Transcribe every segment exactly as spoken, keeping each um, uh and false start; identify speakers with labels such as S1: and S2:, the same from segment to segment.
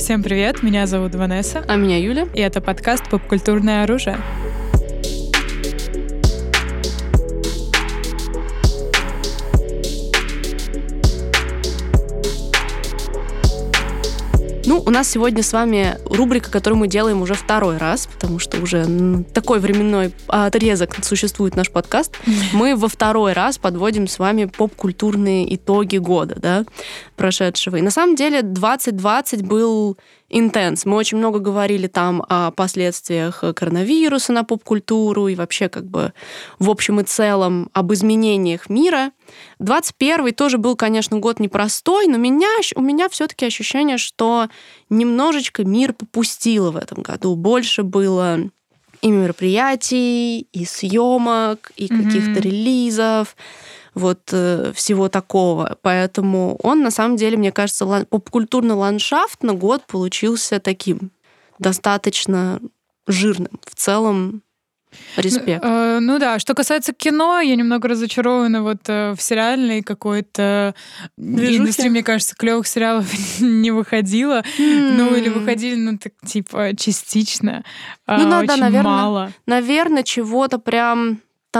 S1: Всем привет, меня зовут Ванесса.
S2: А меня Юля.
S1: И это подкаст «Попкультурное оружие».
S2: Ну, у нас сегодня с вами рубрика, которую мы делаем уже второй раз, потому что уже такой временной отрезок существует наш подкаст. Мы во второй раз подводим с вами поп-культурные итоги года, да, прошедшего. И на самом деле двадцать двадцать был интенс. Мы очень много говорили там о последствиях коронавируса на поп-культуру и вообще как бы в общем и целом об изменениях мира. двадцать первый тоже был, конечно, год непростой, но меня, у меня все-таки ощущение, что немножечко мир попустило в этом году. Больше было и мероприятий, и съемок, и mm-hmm. каких-то релизов, вот э, всего такого. Поэтому он, на самом деле, мне кажется, лан- поп-культурно-ландшафтно год получился таким достаточно жирным. В целом, респект.
S1: Ну, э, ну да, что касается кино, я немного разочарована вот э, в сериальной какой-то
S2: Движухе.
S1: индустрии, мне кажется, клевых сериалов не выходило. Mm. Ну или выходили, ну так типа частично,
S2: ну,
S1: э,
S2: надо,
S1: очень
S2: наверное,
S1: мало.
S2: Наверное, чего-то прям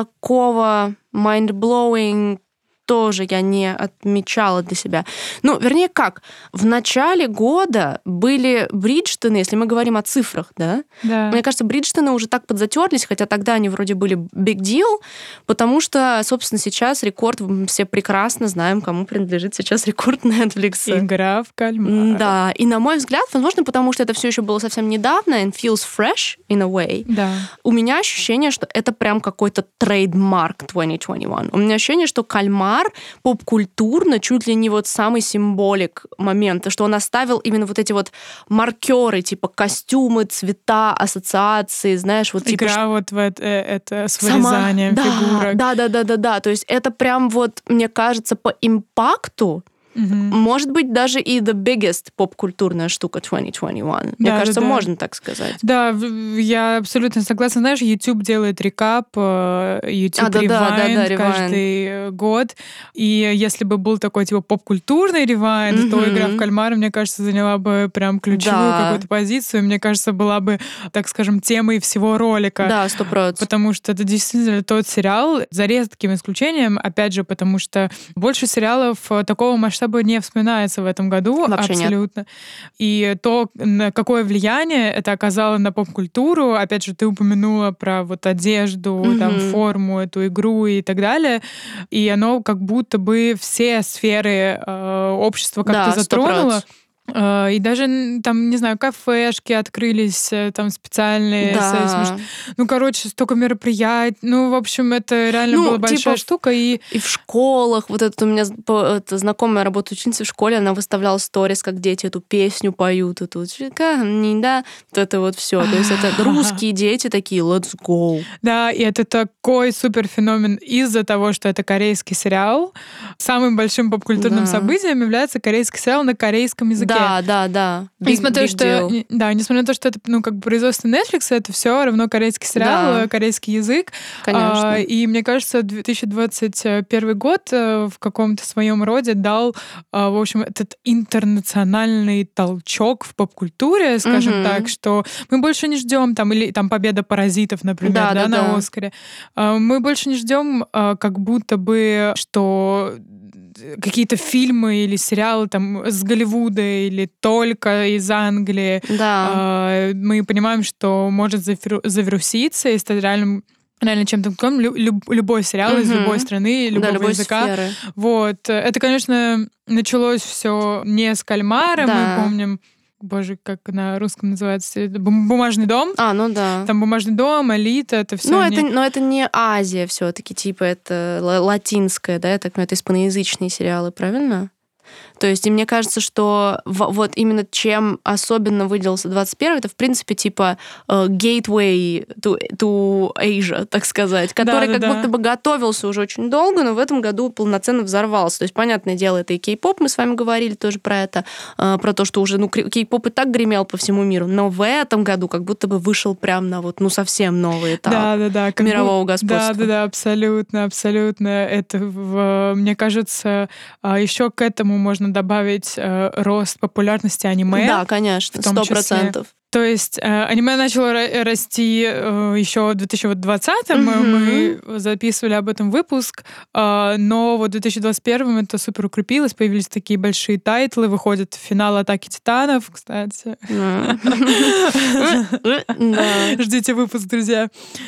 S2: такого mind-blowing тоже я не отмечала для себя. Ну, вернее, как? В начале года были Бриджтоны, если мы говорим о цифрах, да?
S1: Да.
S2: Мне кажется, Бриджтоны уже так подзатерлись, хотя тогда они вроде были big deal, потому что, собственно, сейчас рекорд, мы все прекрасно знаем, кому принадлежит сейчас рекорд Netflix.
S1: Игра в кальмара.
S2: Да, и на мой взгляд, возможно, потому что это все еще было совсем недавно, and feels fresh in a way.
S1: Да.
S2: У меня ощущение, что это прям какой-то трейдмарк двадцать двадцать один. У меня ощущение, что кальмар поп-культурно чуть ли не вот самый символик момента, что он оставил именно вот эти вот маркеры, типа костюмы, цвета, ассоциации, знаешь, вот типа...
S1: Игра вот в это, это с вырезанием
S2: Сама...
S1: фигурок.
S2: Да, да, да, да, да. То есть это прям вот, мне кажется, по импакту
S1: Угу.
S2: может быть, даже и the biggest поп-культурная штука двадцать двадцать один. Мне
S1: да,
S2: кажется,
S1: да, да.
S2: можно так сказать.
S1: Да, я абсолютно согласна. Знаешь, YouTube делает рекап, YouTube
S2: а, да,
S1: Rewind
S2: да, да, да,
S1: каждый Rewind. год. И если бы был такой типа поп-культурный Rewind, mm-hmm. то «Игра в кальмара», мне кажется, заняла бы прям ключевую да. какую-то позицию. Мне кажется, была бы, так скажем, темой всего ролика.
S2: Да, сто процентов.
S1: Потому что это действительно тот сериал, за редким исключением, опять же, потому что больше сериалов такого масштаба не вспоминается в этом году.
S2: Вообще
S1: абсолютно.
S2: Нет.
S1: И то, какое влияние это оказало на поп-культуру, опять же, ты упомянула про вот одежду, mm-hmm. там, форму, эту игру и так далее, и оно как будто бы все сферы э, общества как-то
S2: да,
S1: затронуло.
S2: сто процентов.
S1: И даже, там, не знаю, кафешки открылись, там, специальные.
S2: Да.
S1: Ну, короче, столько мероприятий. Ну, в общем, это реально
S2: ну,
S1: была большая
S2: типа,
S1: и... и...
S2: И в школах. Вот это у меня это знакомая работает ученица в школе, она выставляла сторис, как дети эту песню поют. Эту, да, вот это вот все. То есть это русские дети такие, let's go.
S1: Да, и это такой супер феномен из-за того, что это корейский сериал. Самым большим поп-культурным да. событием является корейский сериал на корейском языке.
S2: Да, да, да. Big,
S1: несмотря,
S2: big
S1: что, да, несмотря на то, что это ну, как бы производство Netflix, это все равно корейский сериал, да. корейский язык.
S2: Конечно.
S1: А, и мне кажется, две тысячи двадцать первый год в каком-то своем роде дал, в общем, этот интернациональный толчок в поп-культуре, скажем угу. так, что мы больше не ждем там, или там победа «Паразитов», например, да, да, да, на Оскаре. Мы больше не ждем, как будто бы, что какие-то фильмы или сериалы там с Голливуда или только из Англии.
S2: Да.
S1: Мы понимаем, что может завируситься и стать реальным реально чем-то таким, люб, любой сериал mm-hmm. из любой страны, любого
S2: да,
S1: языка.
S2: Сферы.
S1: Вот. Это, конечно, началось все не с «Кальмара»,
S2: да.
S1: мы помним. Боже, как на русском называется? «Бумажный дом».
S2: А, ну да.
S1: Там «Бумажный дом», «Элита», это все.
S2: Ну,
S1: не...
S2: это, но это не Азия все-таки, типа это латинская, да, я так понимаю, это испаноязычные сериалы, правильно? То есть, и мне кажется, что в, вот именно чем особенно выделился двадцать первый, это, в принципе, типа uh, gateway to, to Asia, так сказать, который да, да, как да. будто бы готовился уже очень долго, но в этом году полноценно взорвался. То есть, понятное дело, это и кей-поп, мы с вами говорили тоже про это, uh, про то, что уже ну, кей-поп и так гремел по всему миру, но в этом году как будто бы вышел прям на вот, ну, совсем новый этап
S1: да, да, да, как
S2: мирового
S1: бы...
S2: господства.
S1: Да, да, да, абсолютно, абсолютно. Это, в, мне кажется, еще к этому этому можно добавить э, рост популярности аниме.
S2: Да, конечно, сто процентов.
S1: То есть э, аниме начало расти э, еще в две тысячи двадцатом, mm-hmm. мы записывали об этом выпуск, э, но вот в две тысячи двадцать первом это супер укрепилось, появились такие большие тайтлы, выходит финал «Атаки Титанов», кстати. Ждите выпуск, друзья.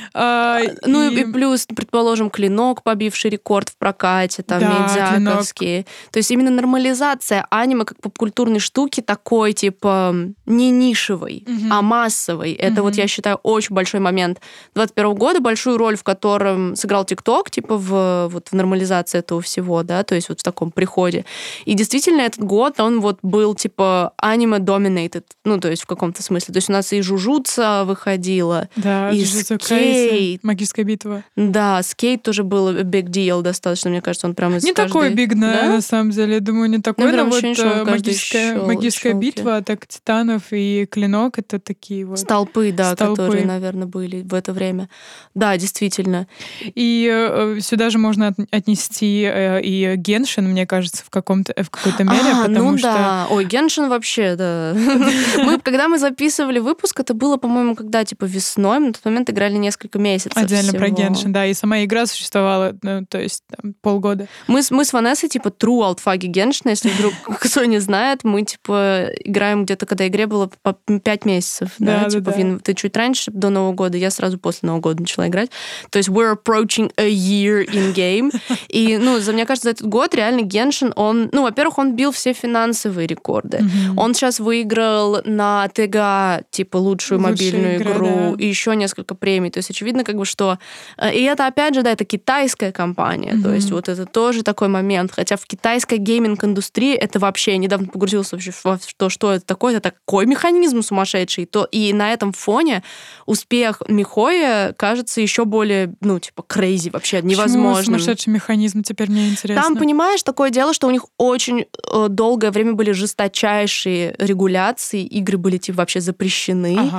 S2: Ну и плюс, предположим, «Клинок», побивший рекорд в прокате, там, медиаковский. То есть именно нормализация аниме как попкультурной штуки такой, типа, не нишевой, Uh-huh. а массовый. Это uh-huh. вот, я считаю, очень большой момент двадцать первого года, большую роль в котором сыграл ТикТок, типа, в, вот, в нормализации этого всего, да, то есть вот в таком приходе. И действительно этот год, он вот был, типа, аниме-dominated, ну, то есть в каком-то смысле. То есть у нас и Жужуца выходила,
S1: да,
S2: и Скейт.
S1: Магическая битва.
S2: Да, Скейт тоже был big deal достаточно, мне кажется, он прям из
S1: Не
S2: каждой...
S1: такой big, да? На самом деле, я думаю, не такой, но вот магическая,
S2: щел,
S1: магическая
S2: щелки. битва,
S1: «Атака Титанов» и «Клинок» — это такие вот...
S2: Столпы, да,
S1: столпы.
S2: которые, наверное, были в это время. Да, действительно.
S1: И э, сюда же можно от, отнести э, и Геншин, мне кажется, в, каком-то, в какой-то мере,
S2: а,
S1: потому
S2: ну
S1: что...
S2: да. Ой, Геншин вообще, да. мы, когда мы записывали выпуск, это было, по-моему, когда, типа, весной, мы на тот момент играли несколько месяцев
S1: Отдельно
S2: всего.
S1: про Геншин, да, и сама игра существовала, ну, то есть там, полгода.
S2: Мы, мы с Ванессой, типа, true алтфаги Геншина, если вдруг кто не знает, мы, типа, играем где-то, когда игре было по пять месяцев, да,
S1: да
S2: типа,
S1: да, да.
S2: Ты чуть раньше, до Нового года, я сразу после Нового года начала играть. То есть we're approaching a year in game. И, ну, за, мне кажется, за этот год реально Геншин, он, ну, во-первых, он бил все финансовые рекорды. Mm-hmm. Он сейчас выиграл на тэ гэ а, типа, лучшую Лучшая мобильную игра, игру, да. и еще несколько премий. То есть очевидно, как бы, что... И это, опять же, да, это китайская компания. Mm-hmm. То есть вот это тоже такой момент. Хотя в китайской гейминг-индустрии это вообще... Я недавно погрузился вообще в то, что это такое. Это такой механизм сумасшедший. То, и на этом фоне успех Михоя кажется еще более, ну, типа, крейзи вообще, невозможным.
S1: Почему сумасшедший механизм? Теперь мне интересно.
S2: Там, понимаешь, такое дело, что у них очень долгое время были жесточайшие регуляции, игры были, типа, вообще запрещены, ага.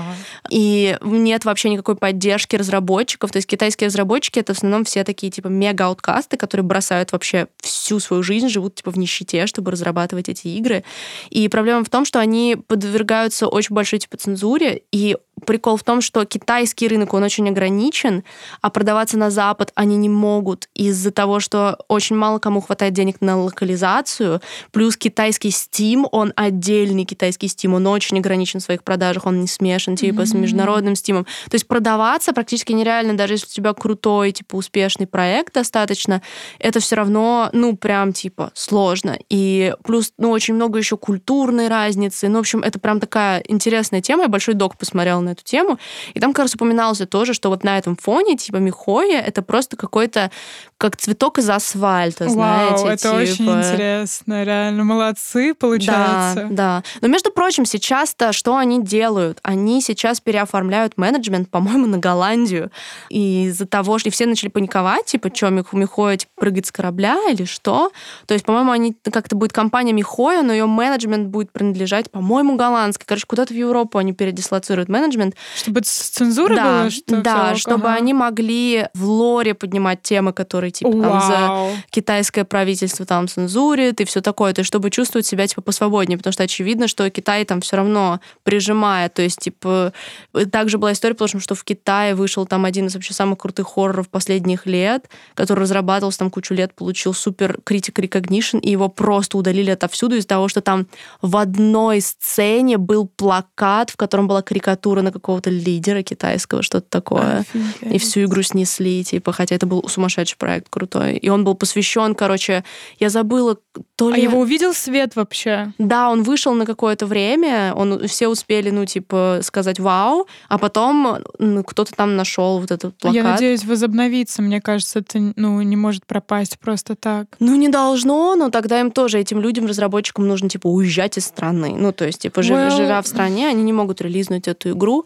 S2: и нет вообще никакой поддержки разработчиков. То есть китайские разработчики — это в основном все такие, типа, мега-ауткасты, которые бросают вообще всю свою жизнь, живут, типа, в нищете, чтобы разрабатывать эти игры. И проблема в том, что они подвергаются очень большой, типа, цензуре, и прикол в том, что китайский рынок, он очень ограничен, а продаваться на Запад они не могут из-за того, что очень мало кому хватает денег на локализацию, плюс китайский Steam, он отдельный китайский Steam, он очень ограничен в своих продажах, он не смешан, типа, mm-hmm. с международным Steam. То есть продаваться практически нереально, даже если у тебя крутой, типа, успешный проект достаточно, это все равно, ну, прям, типа, сложно. И плюс, ну, очень много еще культурной разницы. Ну, в общем, это прям такая интересная тема. Я большой док посмотрела на эту тему, и там, как раз, упоминалось тоже, что вот на этом фоне, типа, Михоя — это просто какой-то, как цветок из асфальта, знаете.
S1: Вау, это
S2: типа...
S1: очень интересно, реально. Молодцы, получается.
S2: Да, да. Но, между прочим, сейчас-то что они делают? Они сейчас переоформляют менеджмент, по-моему, на Голландию. И из-за того, что все начали паниковать, типа, что, Михоя типа, прыгает с корабля или что? То есть, по-моему, они как-то будет компания Михоя, но ее менеджмент будет принадлежать, по-моему, голландской. Короче, куда-то в Европу они передислоцируют менеджмент.
S1: Чтобы цензура
S2: да,
S1: была? Что
S2: да,
S1: все,
S2: чтобы
S1: ага.
S2: они могли в лоре поднимать темы, которые, типа, там, за китайское правительство там цензурит и все такое, то есть чтобы чувствовать себя, типа, посвободнее, потому что очевидно, что Китай там все равно прижимает, то есть, типа, также была история, потому что в Китае вышел там один из вообще самых крутых хорроров последних лет, который разрабатывался там кучу лет, получил супер критик recognition, и его просто удалили отовсюду из-за того, что там в одной сцене был плакат, в котором была карикатура на какого-то лидера китайского, что-то такое. Офигеть. И всю игру снесли, типа, хотя это был сумасшедший проект крутой. И он был посвящен, короче, я забыла, то ли...
S1: А его увидел свет вообще?
S2: Да, он вышел на какое-то время, он, все успели, ну, типа, сказать «вау», а потом ну, кто-то там нашел вот этот плакат.
S1: Я надеюсь, возобновиться. Мне кажется, это, ну, не может пропасть просто так.
S2: Ну, не должно, но тогда им тоже, этим людям, разработчикам, нужно, типа, уезжать из страны. Ну, то есть, типа, well... живя в стране, они не могут релизнуть эту игру.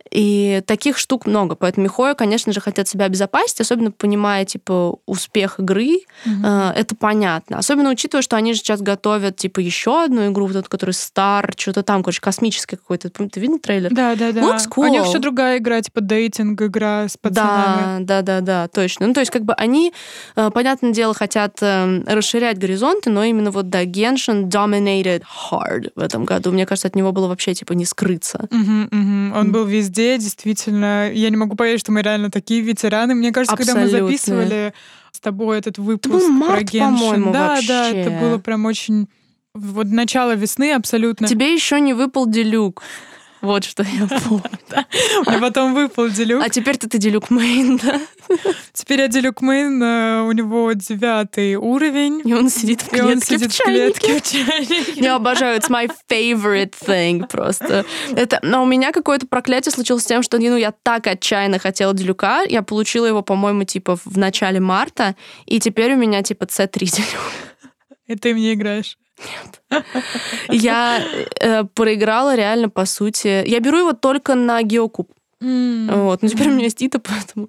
S2: И таких штук много. Поэтому Михоя, конечно же, хотят себя обезопасить, особенно понимая, типа, успех игры. Mm-hmm. Это понятно. Особенно учитывая, что они же сейчас готовят, типа, еще одну игру, вот эту, которая Star, что-то там, короче, космический какой-то. Ты видел трейлер?
S1: Да, да, да.
S2: Looks cool.
S1: У них еще другая игра, типа дейтинг-игра с пацанами.
S2: Да, да, да, да, точно. Ну, то есть, как бы они, понятное дело, хотят расширять горизонты, но именно вот, да, Genshin dominated hard в этом году. Мне кажется, от него было вообще, типа, не скрыться.
S1: Угу, угу. Он был везде, действительно. Я не могу поверить, что мы реально такие ветераны. Мне кажется,
S2: Абсолютно.
S1: Когда мы записывали с тобой этот выпуск
S2: это был март,
S1: про Genshin,
S2: по-моему,
S1: да,
S2: вообще.
S1: да, это было прям очень... Вот начало весны абсолютно.
S2: Тебе еще не выпал Делюк. Вот что я помню.
S1: Мне потом выпал Делюк.
S2: А теперь-то ты Делюк Мейн, да?
S1: Теперь я Делюк Мейн, у него девятый уровень.
S2: И он сидит в клетке,
S1: и он сидит
S2: в чайнике.
S1: В чайнике.
S2: Я обожаю, it's my favorite thing просто. Это, но у меня какое-то проклятие случилось с тем, что ну, я так отчаянно хотела Делюка, я получила его, по-моему, типа в начале марта, и теперь у меня типа си три Делюк.
S1: И ты мне играешь?
S2: Нет. Я э, проиграла реально, по сути. Я беру его только на Геокуб.
S1: Mm.
S2: Вот. Но теперь у меня есть Ита, поэтому...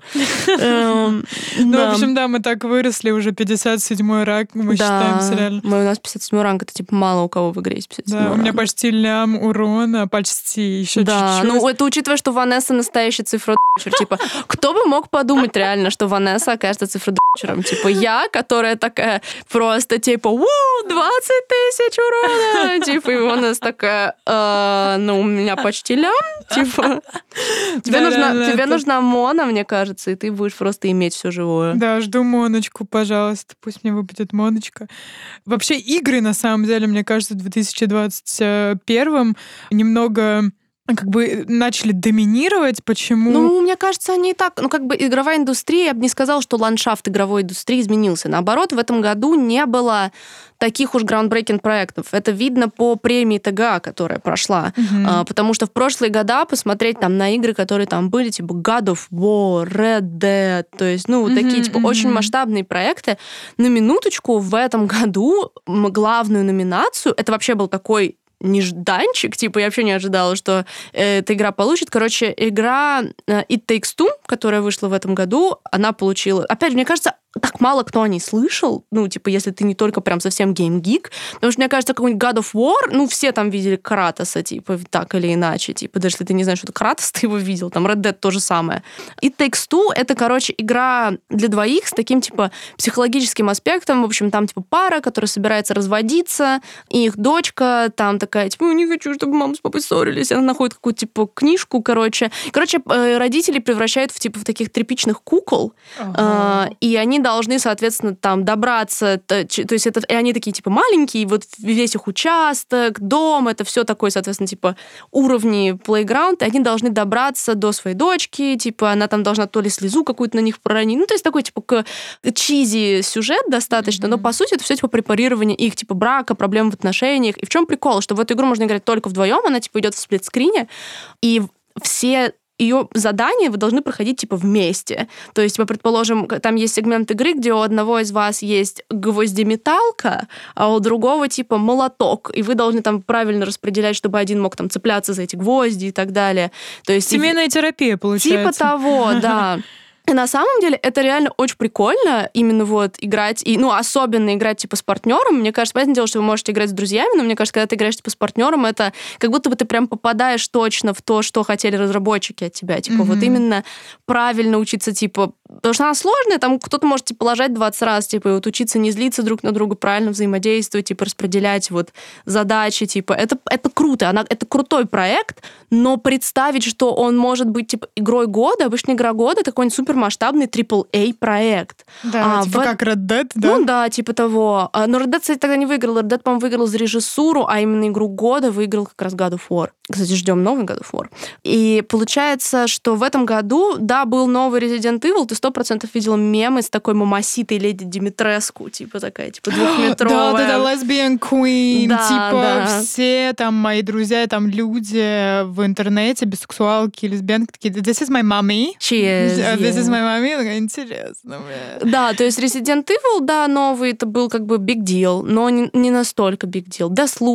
S1: Ну, в общем, да, мы так выросли, уже пятьдесят седьмой ранг, мы считаемся реально.
S2: Мы у нас пятьдесят седьмой ранг, это типа мало у кого в игре есть пятьдесят седьмой ранг.
S1: Да, у меня почти лям урона, почти, еще
S2: да,
S1: чуть-чуть.
S2: Ну, это учитывая, что Ванесса настоящая цифродочер. Типа, кто бы мог подумать реально, что Ванесса окажется цифродочером? Типа, я, которая такая просто, типа, у двадцать тысяч урона! Типа, и Ванесса такая, ну, у меня почти лям, типа... Тебе, да, нужна, да, тебе это... нужна Мона, мне кажется, и ты будешь просто иметь все живое.
S1: Да, жду Моночку, пожалуйста. Пусть мне выпадет Моночка. Вообще игры, на самом деле, мне кажется, в две тысячи двадцать первом немного... как бы начали доминировать. Почему?
S2: Ну, мне кажется, они и так... Ну, как бы игровая индустрия, я бы не сказала, что ландшафт игровой индустрии изменился. Наоборот, в этом году не было таких уж groundbreaking проектов. Это видно по премии ТГА, которая прошла. Uh-huh. А, потому что в прошлые года посмотреть там на игры, которые там были, типа God of War, Red Dead, то есть, ну, uh-huh, такие, типа, uh-huh. очень масштабные проекты. На минуточку в этом году главную номинацию, это вообще был такой нежданчик, типа, я вообще не ожидала, что э, эта игра получит. Короче, игра э, It Takes Two, которая вышла в этом году, она получила... Опять же, мне кажется, так мало кто о ней слышал, ну, типа, если ты не только прям совсем геймгик, потому что, мне кажется, какой-нибудь God of War, ну, все там видели Кратоса, типа, так или иначе, типа, даже если ты не знаешь, что это Кратос, ты его видел, там, Red Dead то же самое. It Takes Two — это, короче, игра для двоих с таким, типа, психологическим аспектом, в общем, там, типа, пара, которая собирается разводиться, и их дочка там такая, типа, не хочу, чтобы мама с папой ссорились, она находит какую-то, типа, книжку, короче. Короче, родители превращают в, типа, в таких тряпичных кукол, ага. э, и они должны, соответственно, там добраться, то, то есть это, и они такие, типа, маленькие, вот весь их участок, дом, это все такое, соответственно, типа, уровни плейграунд, и они должны добраться до своей дочки, типа, она там должна то ли слезу какую-то на них проронить, ну, то есть такой, типа, чизи сюжет достаточно, mm-hmm. но, по сути, это все, типа, препарирование их, типа, брака, проблем в отношениях, и в чем прикол, что в эту игру можно играть только вдвоем, она, типа, идет в сплитскрине, и все ее задания вы должны проходить, типа, вместе. То есть, типа, предположим, там есть сегмент игры, где у одного из вас есть гвоздеметалка, а у другого, типа, молоток, и вы должны там правильно распределять, чтобы один мог там цепляться за эти гвозди и так далее. То есть,
S1: семейная терапия, получается.
S2: Типа того, да. И на самом деле это реально очень прикольно именно вот играть, и, ну, особенно играть, типа, с партнером. Мне кажется, понятное дело, что вы можете играть с друзьями, но мне кажется, когда ты играешь, типа, с партнером, это как будто бы ты прям попадаешь точно в то, что хотели разработчики от тебя. Типа, mm-hmm. вот именно правильно учиться, типа, потому что она сложная, там кто-то может, типа, ложать двадцать раз, типа, и вот учиться не злиться друг на друга, правильно взаимодействовать, типа, распределять вот задачи, типа, это, это круто, она, это крутой проект, но представить, что он может быть, типа, игрой года, обычно игра года, это какой-нибудь супер масштабный трипл эй проект.
S1: Да, а, типа в... как Red Dead, да?
S2: Ну да, типа того. Но Red Dead, кстати, тогда не выиграл. Red Dead, по-моему, выиграл за режиссуру, а именно игру года выиграл как раз God of War. Кстати, ждем новый God of War. И получается, что в этом году, да, был новый Resident Evil, ты сто процентов видела мемы с такой мамаситой леди Димитреску, типа такая, типа двухметровая.
S1: Да, да, да, lesbian queen.
S2: Да,
S1: типа
S2: да.
S1: все там мои друзья, там люди в интернете, бисексуалки, лесбиянки такие, this is my mommy.
S2: She is,
S1: This
S2: yeah.
S1: is my mommy. Интересно. Бля.
S2: Да, то есть Resident Evil, да, новый, это был как бы big deal, но не, не настолько big deal. Deathloop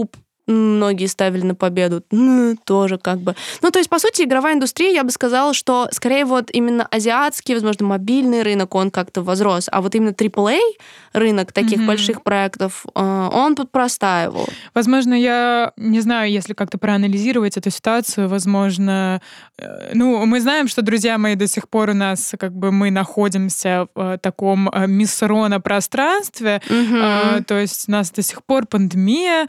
S2: многие ставили на победу. Ну, тоже как бы. Ну, то есть, по сути, игровая индустрия, я бы сказала, что скорее вот именно азиатский, возможно, мобильный рынок, он как-то возрос, а вот именно трипл эй рынок таких mm-hmm. больших проектов, он тут простаивал.
S1: Возможно, я не знаю, если как-то проанализировать эту ситуацию, возможно, ну, мы знаем, что, друзья мои, до сих пор у нас, как бы, мы находимся в таком миссрона-пространстве, mm-hmm. то есть у нас до сих пор пандемия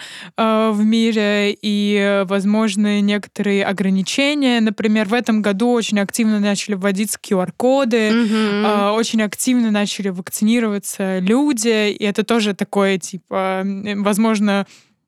S1: в мире, и, возможно, некоторые ограничения. Например, в этом году очень активно начали вводиться ку ар-коды, mm-hmm. очень активно начали вакцинироваться люди, и это тоже такое, типа, возможно,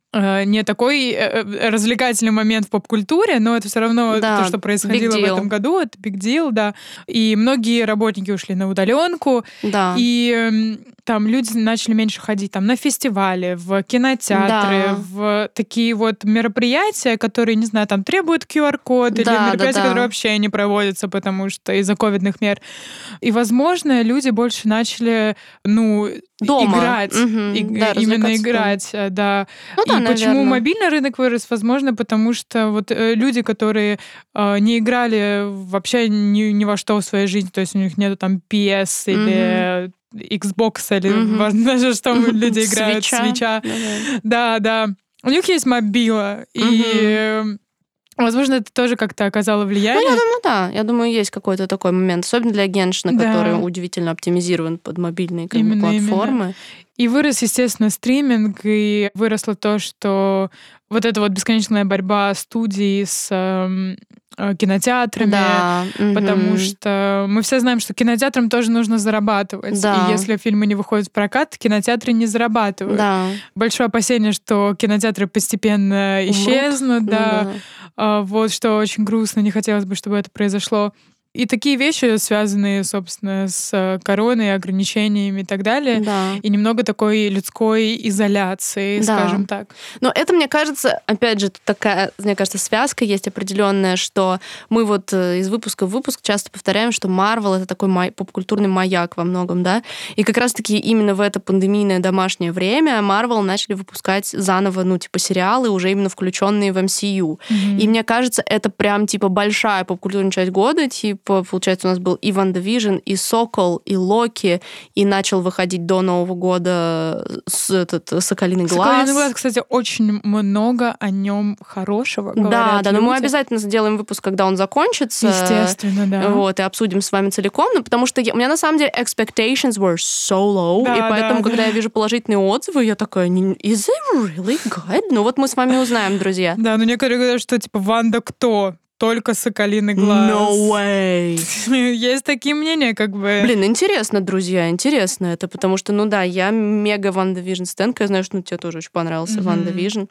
S1: не такой развлекательный момент в поп-культуре, но это все равно да, то, что происходило в этом году, это big deal, да. И многие работники ушли на удаленку, да. и там люди начали меньше ходить там, на фестивали, в кинотеатры, да. в такие вот мероприятия, которые, не знаю, там требуют ку ар-код, да, или мероприятия, да, да. которые вообще не проводятся, потому что из-за ковидных мер. И, возможно, люди больше начали, ну,
S2: дома.
S1: Играть.
S2: Угу.
S1: И,
S2: да,
S1: именно играть, да.
S2: Ну, да,
S1: и
S2: наверное.
S1: Почему мобильный рынок вырос? Возможно, потому что вот люди, которые э, не играли вообще ни, ни во что в своей жизни, то есть у них нету там пи эс угу. или Xbox, или угу. важно, что люди играют, свеча. Да, да. У них есть мобила, угу. и... Возможно, это тоже как-то оказало влияние.
S2: Ну, я думаю, да. Я думаю, есть какой-то такой момент. Особенно для Геншина, да. который удивительно оптимизирован под мобильные как бы, платформы.
S1: Именно. И вырос, естественно, стриминг, и выросло то, что вот эта вот бесконечная борьба студий с э, кинотеатрами,
S2: да.
S1: потому
S2: угу.
S1: что мы все знаем, что кинотеатрам тоже нужно зарабатывать.
S2: Да.
S1: И если фильмы не выходят в прокат, кинотеатры не зарабатывают.
S2: Да.
S1: Большое опасение, что кинотеатры постепенно Умрут. исчезнут, да.
S2: да.
S1: А, вот, что очень грустно, не хотелось бы, чтобы это произошло. И такие вещи, связанные, собственно, с короной, ограничениями и так далее,
S2: да.
S1: и немного такой людской изоляции, да. скажем так.
S2: Но это, мне кажется, опять же, тут такая, мне кажется, связка есть определенная, что мы вот из выпуска в выпуск часто повторяем, что Marvel — это такой май, поп-культурный маяк во многом, да, и как раз-таки именно в это пандемийное домашнее время Marvel начали выпускать заново, ну, типа, сериалы, уже именно включенные в эм си ю. Mm-hmm. И мне кажется, это прям, типа, большая поп-культурная часть года, типа, получается, у нас был и Ванда Вижн, и Сокол, и Локи, и начал выходить до Нового года с, этот, Соколиный глаз.
S1: Соколиный глаз, кстати, очень много о нем хорошего говорят.
S2: Да, да,
S1: люди.
S2: но мы обязательно сделаем выпуск, когда он закончится.
S1: Естественно, да.
S2: Вот, и обсудим с вами целиком, ну, потому что я, у меня, на самом деле, expectations were so low, да, и поэтому, да, когда да. я вижу положительные отзывы, я такая, is it really good? Ну, вот мы с вами узнаем, друзья.
S1: Да, но некоторые говорят, что, типа, Ванда кто? Только Соколиный глаз.
S2: No way!
S1: Есть такие мнения, как бы.
S2: Блин, интересно, друзья, интересно это, потому что, ну да, я мега Ванда Вижн стэнка, я знаю, что ну, тебе тоже очень понравился mm-hmm. Ванда Вижн.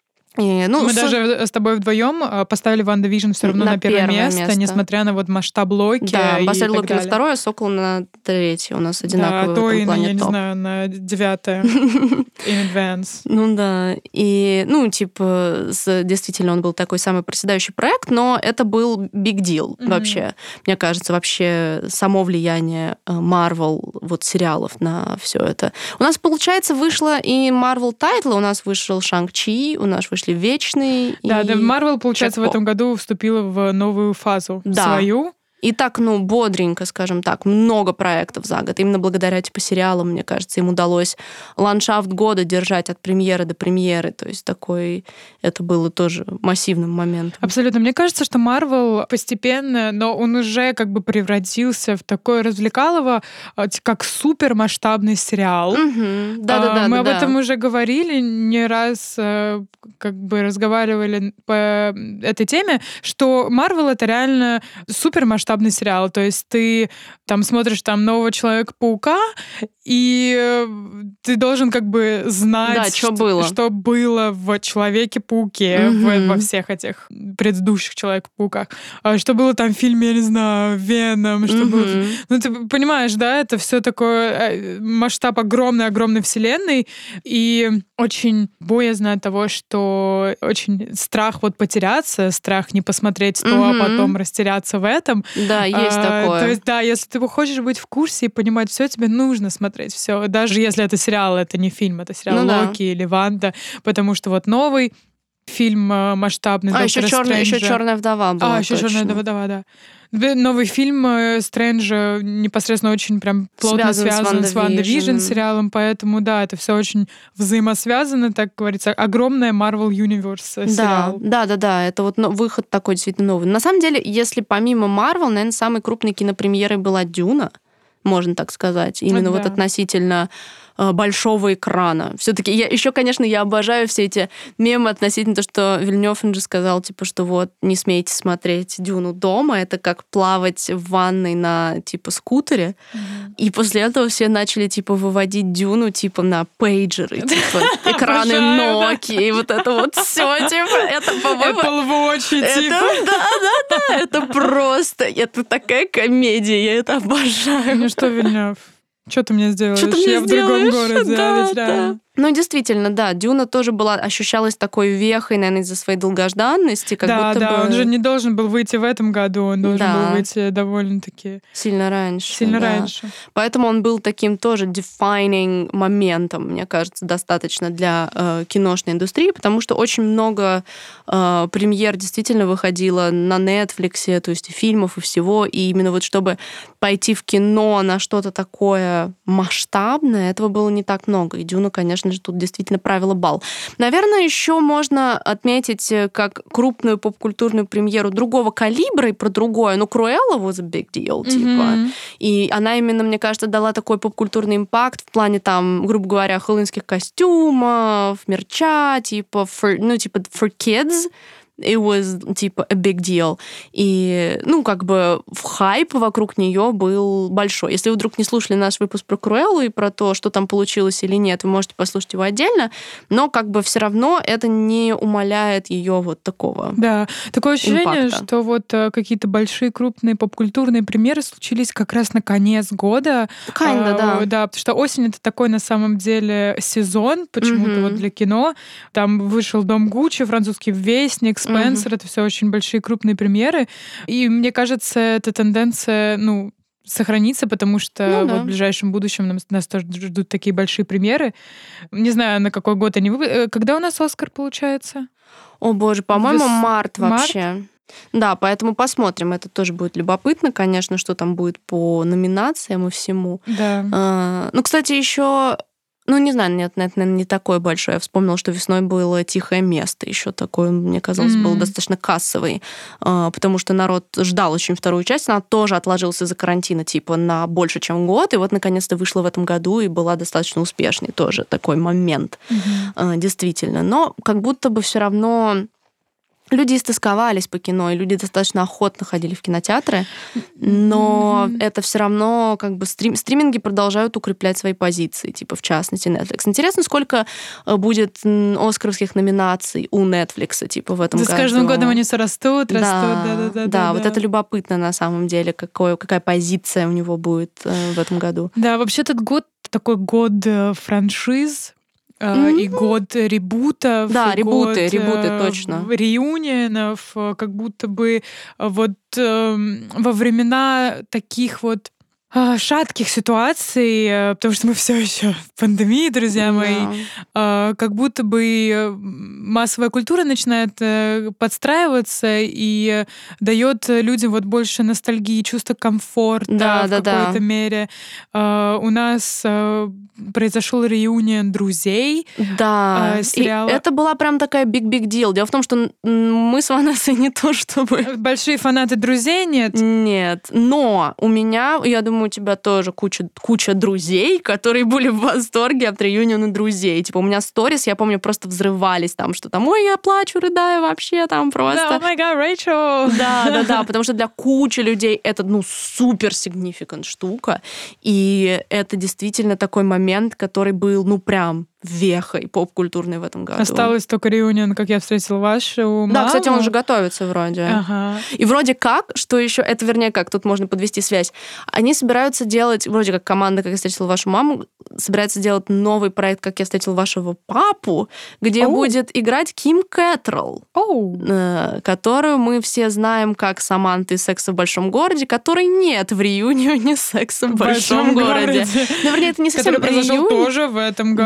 S2: И, ну,
S1: мы
S2: с...
S1: даже с тобой вдвоем поставили Ванда Вижн все равно на, на первое, первое место, место, несмотря на вот масштаб Локи.
S2: Да, Бассель Локи на второе, а Сокол на третье. У нас одинаковые
S1: да,
S2: в этом
S1: и,
S2: плане
S1: я
S2: топ.
S1: не знаю, на девятое. In advance.
S2: Ну да. И, ну, типа, с, действительно, он был такой самый проседающий проект, но это был big deal mm-hmm. вообще. Мне кажется, вообще само влияние Marvel, вот сериалов на все это. У нас, получается, вышло и Marvel тайтлы. У нас вышел Шанг-Чи, у нас вышли Вечный.
S1: Да,
S2: и
S1: да, Marvel, получается,
S2: Чак-По.
S1: в этом году вступила в новую фазу
S2: да.
S1: свою.
S2: И так, ну, бодренько, скажем так, много проектов за год. Именно благодаря, типа, сериалам, мне кажется, им удалось ландшафт года держать от премьеры до премьеры. То есть такой... Это было тоже массивным моментом.
S1: Абсолютно. Мне кажется, что Marvel постепенно, но он уже как бы превратился в такое развлекалово, как супермасштабный сериал.
S2: Угу. Да-да-да.
S1: Мы
S2: да,
S1: об
S2: да.
S1: этом уже говорили, не раз как бы разговаривали по этой теме, что Marvel — это реально супермасштабный масштабный сериал. То есть ты там смотришь там нового Человека-паука, и ты должен как бы знать,
S2: да, что, было.
S1: что было в Человеке-пауке, mm-hmm. в, во всех этих предыдущих Человеках-пауках. Что было там в фильме, я не знаю, Веном, что mm-hmm. было... Ну, ты понимаешь, да, это все такое масштаб огромной-огромной вселенной, и очень боязно от того, что очень страх вот потеряться, страх не посмотреть то, mm-hmm. а потом растеряться в этом.
S2: Да, есть
S1: а,
S2: такое.
S1: То есть, да, если ты хочешь быть в курсе и понимать все, тебе нужно смотреть все. Даже если это сериал, это не фильм, это сериал ну, Локи да. или Ванда, потому что вот новый фильм масштабный.
S2: А, еще черная, еще черная вдова была.
S1: А, еще черная вдова, да. Новый фильм Стрэнджа непосредственно очень прям плотно связан, связан с Ванда Вижн сериалом, поэтому, да, это все очень взаимосвязано, так говорится. Огромная Marvel Universe сериал.
S2: Да, да, да, да, это вот выход такой действительно новый. На самом деле, если помимо Marvel, наверное, самой крупной кинопремьерой была «Дюна», можно так сказать, именно вот,
S1: вот
S2: да. относительно большого экрана. Все-таки я еще, конечно, я обожаю все эти мемы относительно того, что Вильнёв же сказал, типа, что вот не смейте смотреть «Дюну» дома, это как плавать в ванной на типа скутере. Mm-hmm. И после этого все начали типа выводить «Дюну» типа на пейджеры, типа экраны Nokia, и вот это вот все, типа, это, по-моему...
S1: Apple Watch, типа.
S2: Да, да, да, это просто, это такая комедия, я это обожаю.
S1: Ну что, Вильнёв? Что ты мне сделаешь?
S2: Что ты мне
S1: Я
S2: сделаешь?
S1: в другом городе,
S2: да,
S1: ведь реально.
S2: Да. Ну, действительно, да, «Дюна» тоже была, ощущалась такой вехой, наверное, из-за своей долгожданности, как
S1: да,
S2: будто
S1: да,
S2: бы...
S1: он же не должен был выйти в этом году, он должен
S2: да.
S1: был выйти довольно-таки...
S2: Сильно раньше.
S1: Сильно
S2: да.
S1: раньше.
S2: Поэтому он был таким тоже defining моментом, мне кажется, достаточно для э, киношной индустрии, потому что очень много э, премьер действительно выходило на Netflix, то есть и фильмов, и всего, и именно вот чтобы пойти в кино на что-то такое масштабное, этого было не так много. И «Дюна», конечно же, тут действительно правила бал. Наверное, еще можно отметить как крупную попкультурную премьеру другого калибра и про другое. Ну, «Круэлла» was a big deal, типа.
S1: Mm-hmm.
S2: И она именно, мне кажется, дала такой попкультурный импакт в плане, там, грубо говоря, хэллоуинских костюмов, мерча, типа, for, ну, типа, for kids. It was, типа, a big deal. И, ну, как бы хайп вокруг нее был большой. Если вы вдруг не слушали наш выпуск про Круэллу и про то, что там получилось или нет, вы можете послушать его отдельно, но как бы все равно это не умаляет ее вот такого
S1: Да, такое ощущение,
S2: импакта.
S1: что вот какие-то большие крупные попкультурные примеры случились как раз на конец года.
S2: Kinda,
S1: а,
S2: да.
S1: Да, потому что осень — это такой на самом деле сезон почему-то
S2: Mm-hmm.
S1: вот для кино. Там вышел «Дом Гуччи», «Французский вестник», «Спенсер», mm-hmm. это все очень большие крупные премьеры. И мне кажется, эта тенденция, ну, сохранится, потому что
S2: ну,
S1: вот
S2: да.
S1: в ближайшем будущем нас, нас тоже ждут такие большие премьеры. Не знаю, на какой год они... Вы... Когда у нас «Оскар» получается?
S2: О, боже, по-моему,
S1: Вес...
S2: март вообще.
S1: Март?
S2: Да, поэтому посмотрим. Это тоже будет любопытно, конечно, что там будет по номинациям и всему.
S1: Да.
S2: А, ну, кстати, еще... Ну, не знаю, нет, это, наверное, не такое большое. Я вспомнила, что весной было «Тихое место». Еще такое, мне казалось, mm-hmm. был достаточно кассовый, потому что народ ждал очень вторую часть. Она тоже отложилась из-за карантина, типа, на больше, чем год. И вот, наконец-то, вышла в этом году и была достаточно успешной. Тоже такой момент, mm-hmm. действительно. Но как будто бы все равно... Люди истосковались по кино, и люди достаточно охотно ходили в кинотеатры, но mm-hmm. это все равно как бы стрим, стриминги продолжают укреплять свои позиции, типа в частности Netflix. Интересно, сколько будет оскаровских номинаций у Netflix, типа в этом
S1: да,
S2: году.
S1: С каждым годом они все растут, растут.
S2: Да,
S1: да, да, да,
S2: да,
S1: да,
S2: вот
S1: да.
S2: это любопытно на самом деле, какое, какая позиция у него будет в этом году.
S1: Да, вообще этот год такой год франшиз. Mm-hmm. И год ребутов.
S2: Да,
S1: и
S2: ребуты,
S1: год,
S2: ребуты, точно.
S1: Реюнионов, как будто бы вот э, во времена таких вот э, шатких ситуаций, потому что мы все еще в пандемии, друзья мои, yeah. э, как будто бы массовая культура начинает э, подстраиваться и дает людям вот больше ностальгии, чувства комфорта
S2: да,
S1: в
S2: да,
S1: какой-то
S2: да.
S1: мере. Э, у нас э, произошел реюнион «Друзей».
S2: Да,
S1: э, сериала.
S2: И это была прям такая big-big deal. Дело в том, что мы с Ванессой не то чтобы...
S1: Большие фанаты «Друзей» нет?
S2: Нет, но у меня, я думаю, у тебя тоже куча, куча друзей, которые были в восторге от реюниона «Друзей». Типа у меня сторис, я помню, просто взрывались там, что там, ой, я плачу, рыдаю вообще там просто.
S1: Да, о май гад, Рэйчел!
S2: Да, да, да, потому что для кучи людей это, ну, супер significant штука, и это действительно такой момент, который был, ну, прям вехой поп-культурной в этом году.
S1: Осталось только реюнион, как я встретила вашу маму.
S2: Да, кстати, он же готовится вроде.
S1: Ага.
S2: И вроде как, что еще, это вернее как, тут можно подвести связь, они собираются делать, вроде как команда «Как я встретила вашу маму», собирается делать новый проект «Как я встретила вашего папу», где oh. будет играть Ким Кэтрелл,
S1: oh.
S2: которую мы все знаем как Саманту из «Секса в большом городе», которой нет в реюнионе «Секса в, в большом, большом городе». городе. Ну, вернее, это не совсем
S1: который
S2: реюнион.
S1: произошел тоже в этом году.
S2: Да, это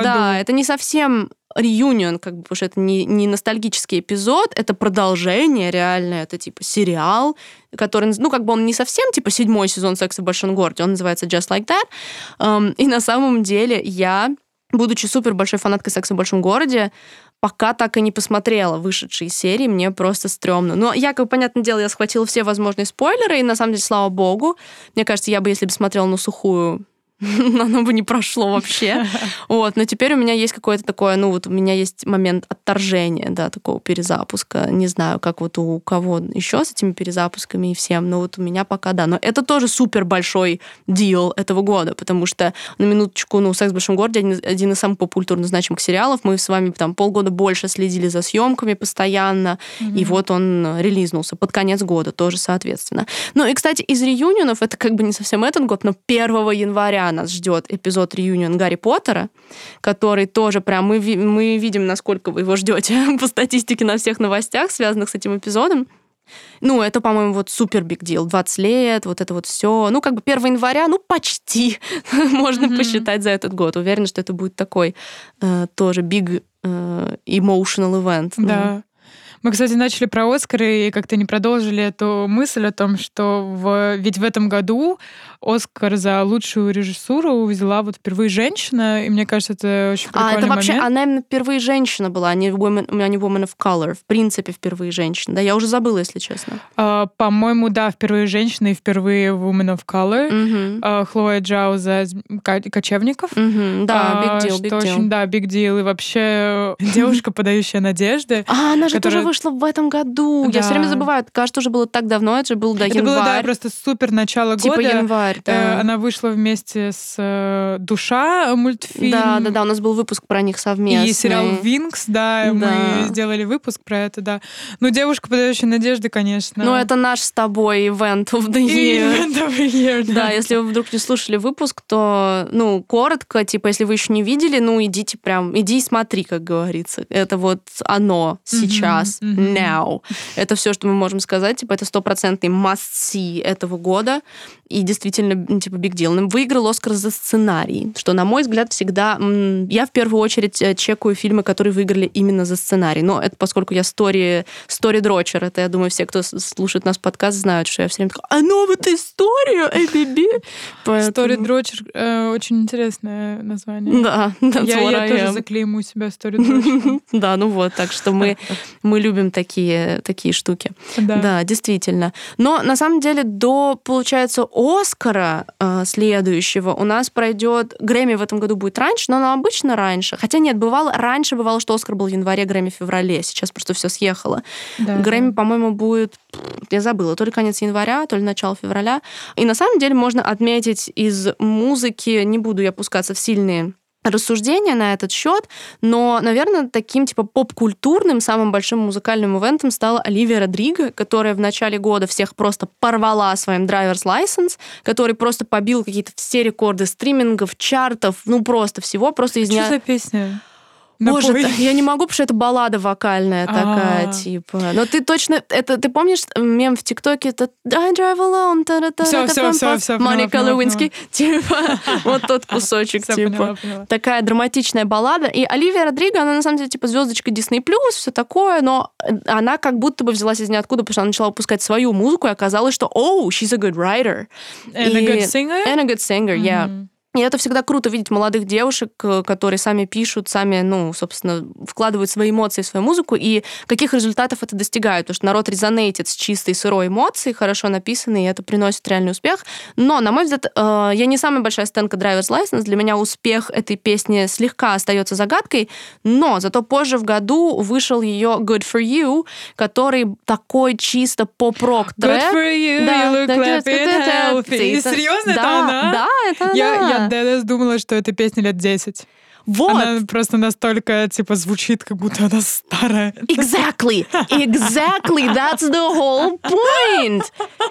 S2: это не совсем реюнион, как бы, потому что это не, не ностальгический эпизод, это продолжение реально, это типа сериал, который, ну, как бы он не совсем типа седьмой сезон «Секса в большом городе», он называется Just Like That. Um, и на самом деле я, будучи супер большой фанаткой «Секса в большом городе», пока так и не посмотрела вышедшие серии, мне просто стрёмно. Но я, как понятное дело, я схватила все возможные спойлеры, и на самом деле, слава богу, мне кажется, я бы, если бы смотрела на сухую, оно бы не прошло вообще. Вот. Но теперь у меня есть какое-то такое, ну вот у меня есть момент отторжения, да, такого перезапуска. Не знаю, как вот у кого еще с этими перезапусками и всем, но вот у меня пока да. Но это тоже супер большой дел этого года, потому что, на минуточку, ну, «Секс в большом городе» один, один из самых популярных значимых сериалов. Мы с вами там полгода больше следили за съемками постоянно, mm-hmm. и вот он релизнулся под конец года тоже, соответственно. Ну и, кстати, из реюнионов, это как бы не совсем этот год, но первого января нас ждет эпизод реюнион Гарри Поттера, который тоже прям мы, мы видим, насколько вы его ждете по статистике на всех новостях, связанных с этим эпизодом. Ну, это, по-моему, вот супер биг дил. двадцать лет, вот это вот все. Ну, как бы первого января, ну, почти можно mm-hmm. посчитать за этот год. Уверена, что это будет такой э, тоже big э, emotional event.
S1: Да.
S2: Ну.
S1: Мы, кстати, начали про Оскары и как-то не продолжили эту мысль о том, что в... ведь в этом году Оскар за лучшую режиссуру взяла вот впервые женщина, и мне кажется, это очень прикольный момент.
S2: А, это вообще, момент. Она именно впервые женщина была, а не woman, а не woman of color. В принципе, впервые женщина. Да, я уже забыла, если честно.
S1: А, по-моему, да, впервые женщина и впервые woman of color. Mm-hmm. А, Хлоя Джао за «Кочевников».
S2: Mm-hmm. Да, big deal,
S1: а,
S2: big
S1: что
S2: deal.
S1: очень, да, big deal. И вообще девушка, подающая надежды.
S2: А, она же
S1: которая...
S2: тоже вышла в этом году. Да. Я все время забываю. Кажется, уже было так давно, это же был, да,
S1: это
S2: январь.
S1: Это было, да, просто супер начало
S2: типа
S1: года.
S2: Типа январь, да.
S1: Она вышла вместе с «Душа» мультфильм.
S2: Да, да, да, у нас был выпуск про них совместный.
S1: И сериал «Винкс», да, да, мы сделали выпуск про это, да. Ну, «Девушка, подающая надежды», конечно.
S2: Ну, это наш с тобой event of the year.
S1: Event of the year, да.
S2: Да, если вы вдруг не слушали выпуск, то, ну, коротко, типа, если вы еще не видели, ну, идите прям, иди и смотри, как говорится. Это вот оно сейчас, mm-hmm, mm-hmm. now. Это все, что мы можем сказать. Типа, это стопроцентный must-see этого года. И действительно, типа, big deal. Выиграл Оскар за сценарий, что, на мой взгляд, всегда... Я в первую очередь чекаю фильмы, которые выиграли именно за сценарий. Но это поскольку я story, story-дрочер. Это, я думаю, все, кто слушает наш подкаст, знают, что я все время такая, а новая история, эй, биби.
S1: Story-дрочер э, очень интересное название.
S2: Да,
S1: я, я тоже заклейму себя story-дрочером.
S2: Да, ну вот, так что мы, мы любим такие, такие штуки.
S1: Да.
S2: Да, действительно. Но, на самом деле, до, получается, Оскара э, следующего у нас пройдет... Грэмми в этом году будет раньше, но оно обычно раньше. Хотя нет, бывало, раньше бывало, что Оскар был в январе, Грэмми в феврале. Сейчас просто все съехало.
S1: Да,
S2: Грэмми,
S1: да.
S2: по-моему, будет... Я забыла, то ли конец января, то ли начало февраля. И на самом деле можно отметить из музыки, не буду я пускаться в сильные рассуждения на этот счет, но, наверное, таким типа поп-культурным самым большим музыкальным ивентом стала Оливия Родриго, которая в начале года всех просто порвала своим Driver's License, который просто побил какие-то все рекорды стримингов, чартов, ну просто всего, просто из
S1: Что
S2: дня...
S1: за песня?
S2: Боже, я не могу, потому что это баллада вокальная такая,
S1: А-а-а.
S2: типа. Но ты точно... это Ты помнишь мем в ТикТоке? Это I drive alone.
S1: Все, все, все, все.
S2: Моника Левински. Типа, вот тот кусочек, типа. Такая драматичная баллада. И Оливия Родриго, она на самом деле типа звездочка Disney+, все такое, но она как будто бы взялась из ниоткуда, потому что она начала выпускать свою музыку, и оказалось, что, oh, she's a good writer.
S1: And a good singer?
S2: And a good singer, yeah. И это всегда круто видеть молодых девушек, которые сами пишут, сами, ну, собственно, вкладывают свои эмоции в свою музыку, и каких результатов это достигает, потому что народ резонейтит с чистой сырой эмоцией, хорошо написанной, и это приносит реальный успех. Но, на мой взгляд, я не самая большая стенка Driver's License, для меня успех этой песни слегка остается загадкой, но зато позже в году вышел ее Good For You, который такой чисто поп-рок трек.
S1: Good For You,
S2: да,
S1: you look
S2: да,
S1: clappy and healthy. Серьезно,
S2: да,
S1: это она?
S2: Да, это
S1: я,
S2: она.
S1: Я Дэдес думала, что эта песня лет десять.
S2: Вот.
S1: Она просто настолько, типа, звучит, как будто она старая.
S2: Exactly. Exactly. That's the whole point.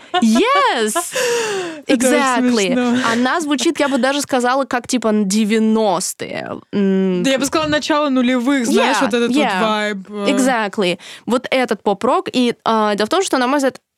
S2: Yes. Exactly. Она звучит, я бы даже сказала, как, типа, девяностые.
S1: Да я бы сказала, начало нулевых, знаешь,
S2: yeah,
S1: вот этот
S2: yeah.
S1: вот вайб.
S2: Exactly. Вот этот поп-рок. И uh, дело в том, что, на мой взгляд,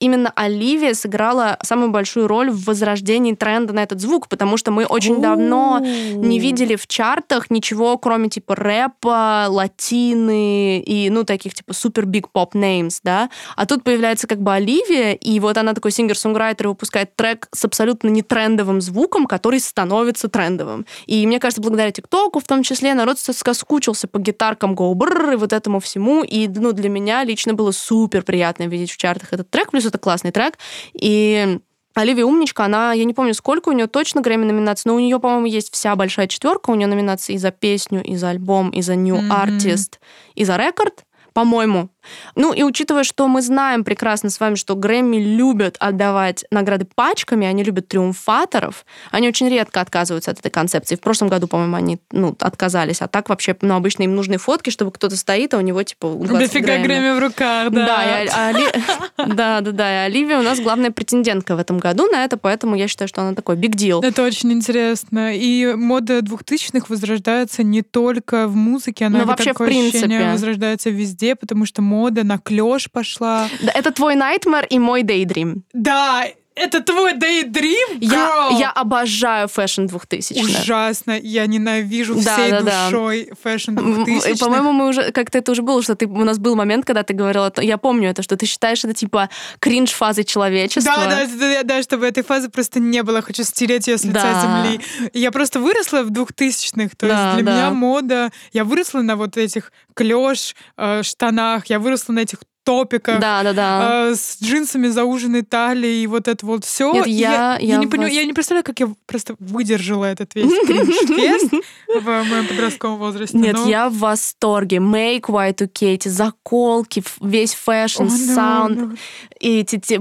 S2: именно Оливия сыграла самую большую роль в возрождении тренда на этот звук, потому что мы очень давно не видели в чартах ничего, кроме типа рэпа, латины и, ну, таких типа супер big pop names, да. А тут появляется как бы Оливия, и вот она такой сингер-сонграйтер и выпускает трек с абсолютно нетрендовым звуком, который становится трендовым. И мне кажется, благодаря ТикТоку в том числе народ соскучился по гитаркам Go Brrr и вот этому всему. И, ну, для меня лично было супер приятно видеть в чартах этот трек, плюс это классный трек. И Оливия умничка, она, я не помню, сколько у нее точно Грэмми-номинаций, но у нее, по-моему, есть вся большая четверка, у нее номинации и за песню, и за альбом, и за New mm-hmm. Artist, и за рекорд, по-моему. Ну, и учитывая, что мы знаем прекрасно с вами, что Грэмми любят отдавать награды пачками, они любят триумфаторов, они очень редко отказываются от этой концепции. В прошлом году, по-моему, они, ну, отказались. А так вообще, ну, обычно им нужны фотки, чтобы кто-то стоит, а у него, типа,
S1: дофига Грэмми. Грэмми в руках, да.
S2: Да, и, Оли... да, да, да. И Оливия у нас главная претендентка в этом году на это, поэтому я считаю, что она такой big deal.
S1: Это очень интересно. И мода двухтысячных возрождается не только в музыке, она,
S2: вообще,
S1: такое
S2: в принципе,
S1: ощущение, возрождается везде, потому что мода на клёш пошла.
S2: Да, это твой nightmare и мой daydream.
S1: Да, это твой daydream,
S2: я, я обожаю фэшн двухтысячных.
S1: Ужасно. Я ненавижу
S2: да,
S1: всей
S2: да,
S1: душой да. фэшн двухтысячных.
S2: По-моему, мы уже как-то это уже было, что ты, у нас был момент, когда ты говорила, я помню это, что ты считаешь это типа кринж-фазой человечества.
S1: Да, да, да, да, чтобы этой фазы просто не было. Хочу стереть ее с лица да. земли. Я просто выросла в двухтысячных. То да, есть для да. меня мода... Я выросла на вот этих клёш э, штанах, я выросла на этих топиках,
S2: да, да, да.
S1: Э, с джинсами, зауженной талией, и вот это вот все.
S2: Нет, я,
S1: я,
S2: я,
S1: я, не
S2: вас...
S1: понимаю, я не представляю, как я просто выдержала этот весь кринж-фест в моем подростковом возрасте.
S2: Нет,
S1: но...
S2: я в восторге. Make уай ту кей, эти заколки, весь фэшн, саунд, и эти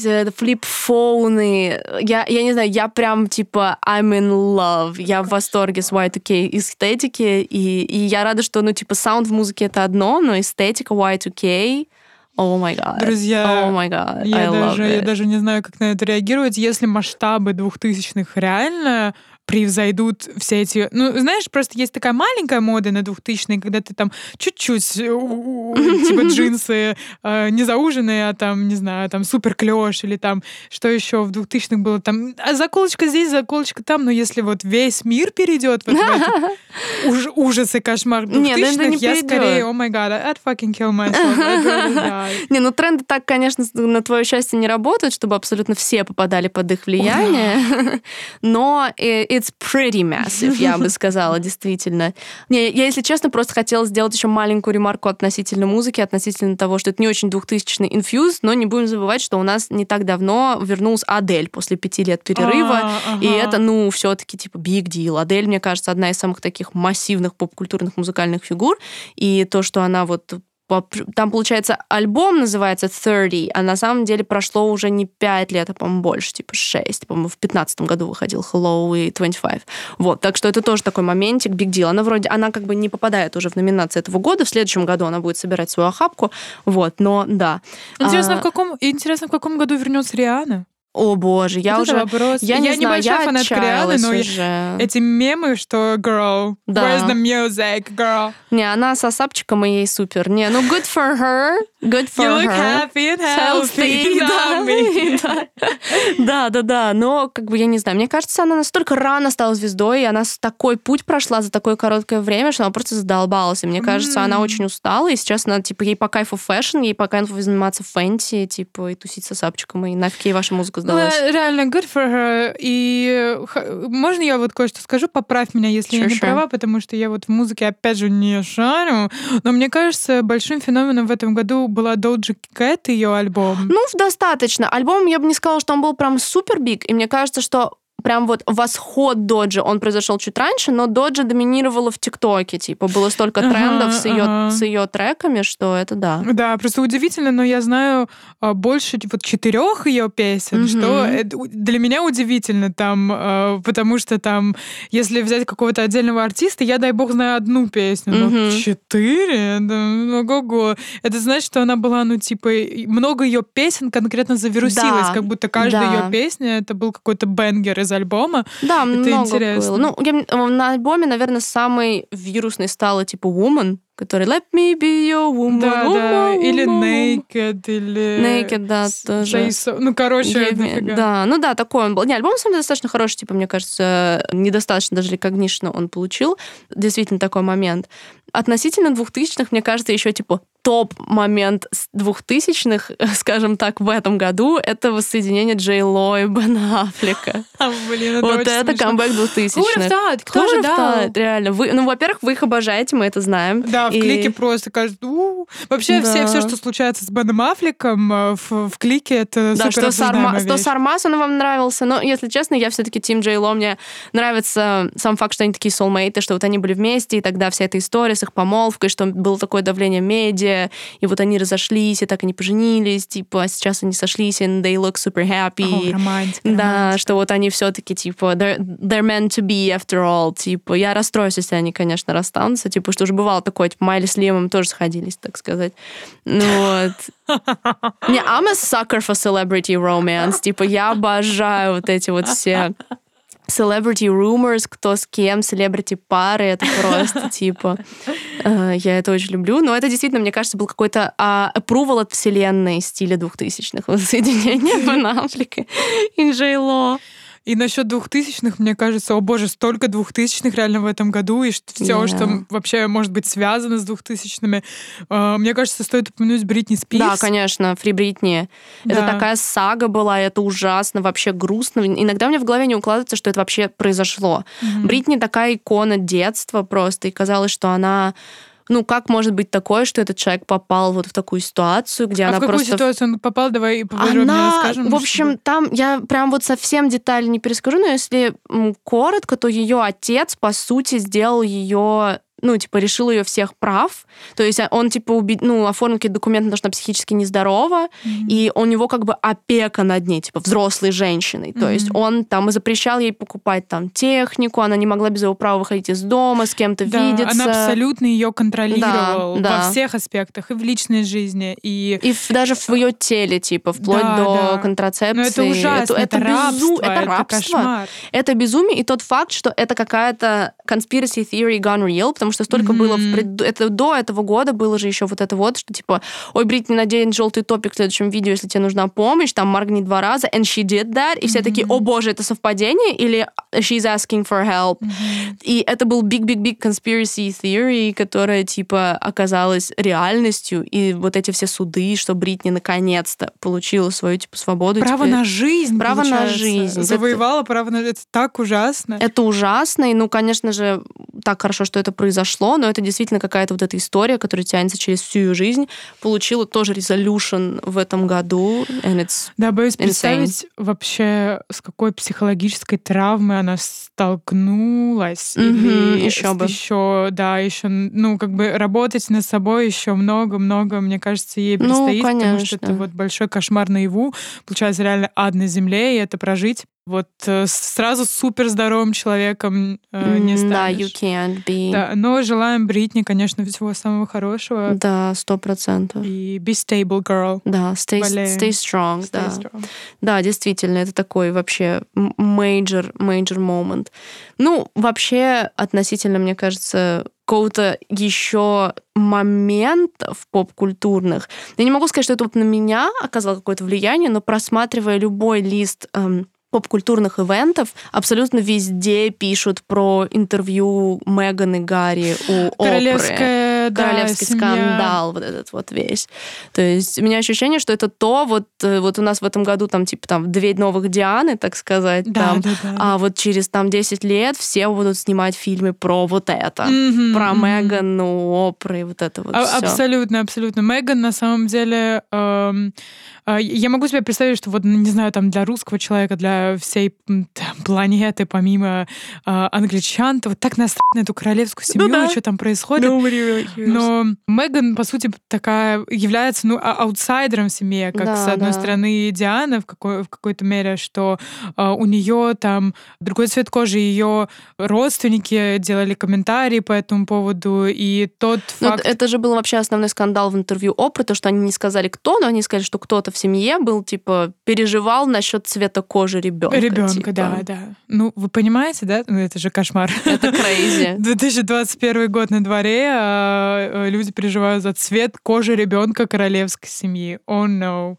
S2: флип-фоны. Я, я не знаю, я прям типа I'm in love. Я в восторге с уай ту кей эстетики, и, и я рада, что, ну, типа, саунд в музыке — это одно, но эстетика уай ту кей... О май гад.
S1: Друзья,
S2: oh my God.
S1: я,
S2: I
S1: даже,
S2: love it.
S1: я даже не знаю, как на это реагировать. Если масштабы двухтысячных реально превзойдут все эти... Ну, знаешь, просто есть такая маленькая мода на двухтысячные, когда ты там чуть-чуть, типа джинсы не зауженные, а там, не знаю, там супер клёш, или там, что еще в двухтысячных было, там, а заколочка здесь, заколочка там, но если вот весь мир перейдет вот в этот уж, ужас и кошмар двухтысячных, я скорее, о май гад, I'd fucking kill myself.
S2: Не, ну тренды так, конечно, на твое счастье не работают, чтобы абсолютно все попадали под их влияние, но it's pretty massive, я бы сказала, действительно. Не, я, если честно, просто хотела сделать еще маленькую ремарку относительно музыки, относительно того, что это не очень двухтысячный инфьюз, но не будем забывать, что у нас не так давно вернулась Адель после пяти лет перерыва, а, ага. и это, ну, все-таки типа big deal. Адель, мне кажется, одна из самых таких массивных поп-культурных музыкальных фигур, и то, что она вот там, получается, альбом называется тридцать, а на самом деле прошло уже не пять лет, а, по-моему, больше, типа шесть. По-моему, в пятнадцатом году выходил Hello и двадцать пять. Вот, так что это тоже такой моментик, big deal. Она вроде, она как бы не попадает уже в номинации этого года, в следующем году она будет собирать свою охапку, вот, но да.
S1: Интересно,
S2: а...
S1: в каком, интересно, в каком году вернется Риhanna?
S2: О, боже, я
S1: вот
S2: уже...
S1: Вопрос.
S2: Я,
S1: я
S2: не знаю,
S1: небольшая
S2: я
S1: фанатка Рианы, но
S2: уже.
S1: Эти мемы, что girl, да. where's the music, girl?
S2: Не, она с асапчиком, и ей супер. Не, ну good for her, good for
S1: you
S2: her.
S1: You look happy and healthy.
S2: healthy. Да. да, да, да. Но, как бы, я не знаю, мне кажется, она настолько рано стала звездой, и она такой путь прошла за такое короткое время, что она просто задолбалась. И мне кажется, mm. она очень устала, и сейчас она, типа, ей по кайфу фэшн, ей по кайфу заниматься фэнси, типа, и тусить с асапчиком, и нафиг ей ваша музыка сдалась.
S1: Ну, реально, good for her. И можно я вот кое-что скажу? Поправь меня, если sure, я не sure. права, потому что я вот в музыке, опять же, не шарю. Но мне кажется, большим феноменом в этом году была Doja Cat, ее альбом.
S2: Ну, достаточно. Альбом, я бы не сказала, что он был прям супер биг, и мне кажется, что прям вот восход Доджи, он произошел чуть раньше, но Доджи доминировала в ТикТоке, типа, было столько ага, трендов с ее, ага. с ее треками, что это да.
S1: Да, просто удивительно, но я знаю больше вот четырех ее песен, mm-hmm. что для меня удивительно там, потому что там, если взять какого-то отдельного артиста, я, дай бог, знаю одну песню, но mm-hmm. четыре? Да, ого-го. Это значит, что она была, ну, типа, много ее песен конкретно завирусилось, да, как будто каждая да. ее песня, это был какой-то бенгер из альбома.
S2: Да,
S1: это
S2: много
S1: интересно.
S2: было. Ну, я, на альбоме, наверное, самой вирусной стала, типа, Woman, который Let me be your woman.
S1: Да,
S2: woman,
S1: да. Или
S2: woman.
S1: Naked, или...
S2: Naked, да, тоже.
S1: So... Ну, короче,
S2: Give да, ну да, такой он был. Не, альбом, на самом деле, достаточно хороший, типа, мне кажется, недостаточно даже recognition он получил. Действительно такой момент. Относительно двухтысячных, мне кажется, еще, типа, топ-момент двухтысячных, скажем так, в этом году, это воссоединение Джей Ло и Бена Аффлека.
S1: А, блин, это
S2: вот это камбэк двухтысячных.
S1: Who would have thought? Кто
S2: же
S1: ожидал?
S2: Реально. Вы, ну, во-первых, вы их обожаете, мы это знаем.
S1: Да, в
S2: и...
S1: клике просто кажется... У-у-у. Вообще да. все, все, что случается с Беном Аффлеком в, в клике, это
S2: да,
S1: супер обсуждаемая вещь.
S2: Что Сармас, он вам нравился. Но, если честно, я все-таки Тим Джей Ло. Мне нравится сам факт, что они такие soulmates, что вот они были вместе, и тогда вся эта история с их помолвкой, что было такое давление медиа, и вот они разошлись, и так они поженились, типа, а сейчас они сошлись, and they look super happy.
S1: О, романтика,
S2: да,
S1: романтика.
S2: Что вот они все-таки, типа, they're, they're meant to be after all. Типа, я расстроюсь, если они, конечно, расстанутся. Типа, что уже бывало такое, типа, Майли с Лимом тоже сходились, так сказать. Ну вот. Не, I'm a sucker for celebrity romance. Типа, я обожаю вот эти вот все celebrity rumors, кто с кем, celebrity пары, это просто, типа, э, я это очень люблю. Но это действительно, мне кажется, был какой-то э, approval от вселенной стиля двухтысячных. Воссоединение Бена Аффлека и Джей Ло.
S1: И насчет двухтысячных, мне кажется, о боже, столько двухтысячных реально в этом году, и все, yeah. что вообще может быть связано с двухтысячными. Мне кажется, стоит упомянуть Бритни Спирс.
S2: Да, конечно, Фри Бритни. Да. Это такая сага была, это ужасно, вообще грустно. Иногда мне в голове не укладывается, что это вообще произошло. Mm-hmm. Бритни такая икона детства просто, и казалось, что она... Ну, как может быть такое, что этот человек попал вот в такую ситуацию, где
S1: а
S2: она
S1: в какую
S2: просто...
S1: ситуацию он попал? Давай подробнее
S2: она...
S1: расскажем.
S2: В общем, чтобы... там я прям вот совсем детали не перескажу, но если коротко, то ее отец, по сути, сделал ее... ну, типа, решил ее всех прав. То есть он, типа, уби... ну, оформил какие-то документы, потому что она психически нездорова, mm-hmm. и у него как бы опека над ней, типа, взрослой женщиной. Mm-hmm. То есть он там и запрещал ей покупать там технику, она не могла без его права выходить из дома, с кем-то
S1: да,
S2: видеться.
S1: Она абсолютно ее контролировала
S2: да,
S1: во
S2: да.
S1: всех аспектах, и в личной жизни, и...
S2: И в, даже в ее теле, типа, вплоть
S1: да,
S2: до
S1: да.
S2: контрацепции.
S1: Но это ужасно, это,
S2: это, это
S1: рабство,
S2: безу... это,
S1: это
S2: рабство.
S1: кошмар.
S2: Это безумие, и тот факт, что это какая-то conspiracy theory gone real, потому что столько mm-hmm. было в пред... это до этого года было же еще вот это вот, что типа, ой, Бритни, надень желтый топик в следующем видео, если тебе нужна помощь, там моргни два раза, and she did that, и mm-hmm. все такие, о боже, это совпадение, или she's asking for help. Mm-hmm. И это был big-big-big conspiracy theory, которая типа оказалась реальностью, и вот эти все суды, что Бритни наконец-то получила свою типа свободу.
S1: Право
S2: теперь...
S1: на жизнь,
S2: Право
S1: получается.
S2: на жизнь.
S1: Завоевала это... право на жизнь. Это так ужасно.
S2: Это ужасно, и, ну, конечно же, так хорошо, что это произошло, но это действительно какая-то вот эта история, которая тянется через всю ее жизнь, получила тоже resolution в этом году, and it's
S1: Да, боюсь
S2: insane.
S1: представить вообще, с какой психологической травмой она столкнулась.
S2: Mm-hmm,
S1: или
S2: еще бы.
S1: Еще, да, еще, ну, как бы работать над собой еще много-много, мне кажется, ей предстоит,
S2: ну,
S1: потому что это вот большой кошмар наяву. Получается, реально ад на земле, и это прожить вот э, сразу супер здоровым человеком э, не станешь.
S2: Да, you can't be.
S1: Да, но желаем Бритни, конечно, всего самого хорошего.
S2: Да, сто процентов.
S1: И be stable, girl.
S2: Да, stay, stay strong.
S1: Stay
S2: да.
S1: strong.
S2: Да, действительно, это такой вообще major, major moment. Ну, вообще, относительно, мне кажется, какого-то еще моментов поп-культурных. Я не могу сказать, что это вот на меня оказало какое-то влияние, но просматривая любой лист эм, поп-культурных ивентов, абсолютно везде пишут про интервью Меган и Гарри у
S1: Королевская,
S2: Опры. Королевский
S1: да,
S2: скандал, вот этот вот весь. То есть у меня ощущение, что это то, вот, вот у нас в этом году там типа там две новых Дианы, так сказать,
S1: да,
S2: там,
S1: да, да.
S2: а вот через там десять лет все будут снимать фильмы про вот это,
S1: mm-hmm,
S2: про
S1: mm-hmm.
S2: Меган, у Опры, вот это вот
S1: а-
S2: все.
S1: Абсолютно, абсолютно. Меган на самом деле... Эм... Я могу себе представить, что вот, не знаю, там для русского человека, для всей планеты, помимо э, англичан, то вот так насрать на эту королевскую семью, ну, да. что там происходит.
S2: No,
S1: но Меган, по сути, такая является ну, аутсайдером в семье, как,
S2: да,
S1: с одной
S2: да.
S1: стороны, Диана в, какой- в какой-то мере, что э, у нее там другой цвет кожи, ее родственники делали комментарии по этому поводу, и тот
S2: ну,
S1: факт...
S2: Это же был вообще основной скандал в интервью Опры, то, что они не сказали, кто, но они сказали, что кто-то в семье был, типа, переживал насчет цвета кожи ребенка.
S1: Ребенка,
S2: типа.
S1: да, да. Ну, вы понимаете, да? Ну, это же кошмар.
S2: Это crazy.
S1: две тысячи двадцать первый год на дворе, когда люди переживают за цвет кожи ребенка королевской семьи. Oh no.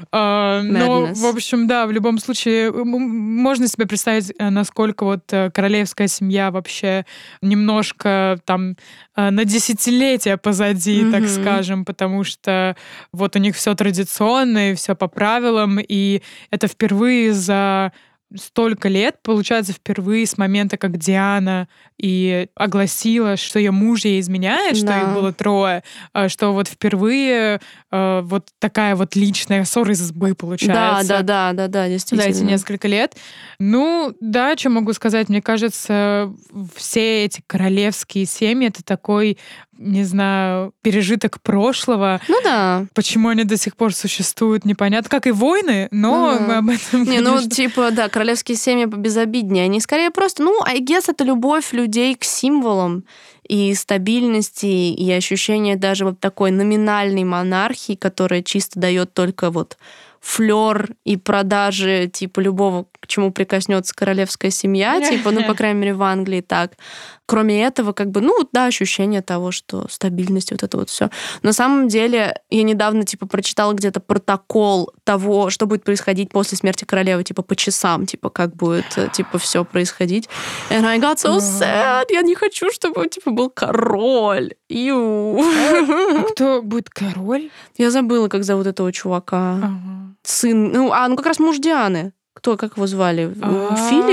S1: Uh, но, в общем, да, в любом случае, можно себе представить, насколько вот королевская семья вообще немножко там на десятилетия позади, mm-hmm. так скажем, потому что вот у них все традиционно и все по правилам, и это впервые за столько лет, получается, впервые с момента, как Диана и огласила, что ее муж ей изменяет, да. что их было трое, что вот впервые э, вот такая вот личная ссора из избы получается.
S2: Да, да, да, да, да, действительно.
S1: За эти несколько лет. Ну, да, что могу сказать? Мне кажется, все эти королевские семьи — это такой, не знаю, пережиток прошлого.
S2: Ну да.
S1: Почему они до сих пор существуют, непонятно. Как и войны, но ну, мы об этом...
S2: Не, ну, типа, да, королевские семьи безобиднее. Они скорее просто, ну, I guess, это любовь людей к символам и стабильности, и ощущение даже вот такой номинальной монархии, которая чисто дает только вот флёр и продажи, типа, любого, к чему прикоснется королевская семья, типа, ну, по крайней мере, в Англии так. Кроме этого, как бы, ну, да, ощущение того, что стабильность, вот это вот все. На самом деле, я недавно, типа, прочитала где-то протокол того, что будет происходить после смерти королевы, типа, по часам, типа, как будет, типа, все происходить. And I got so sad. Я не хочу, чтобы, типа, был король. Ю.
S1: А кто будет король?
S2: Я забыла, как зовут этого чувака. Ага. Сын, ну, а, ну, как раз муж Дианы. Кто, как его звали? Филипп?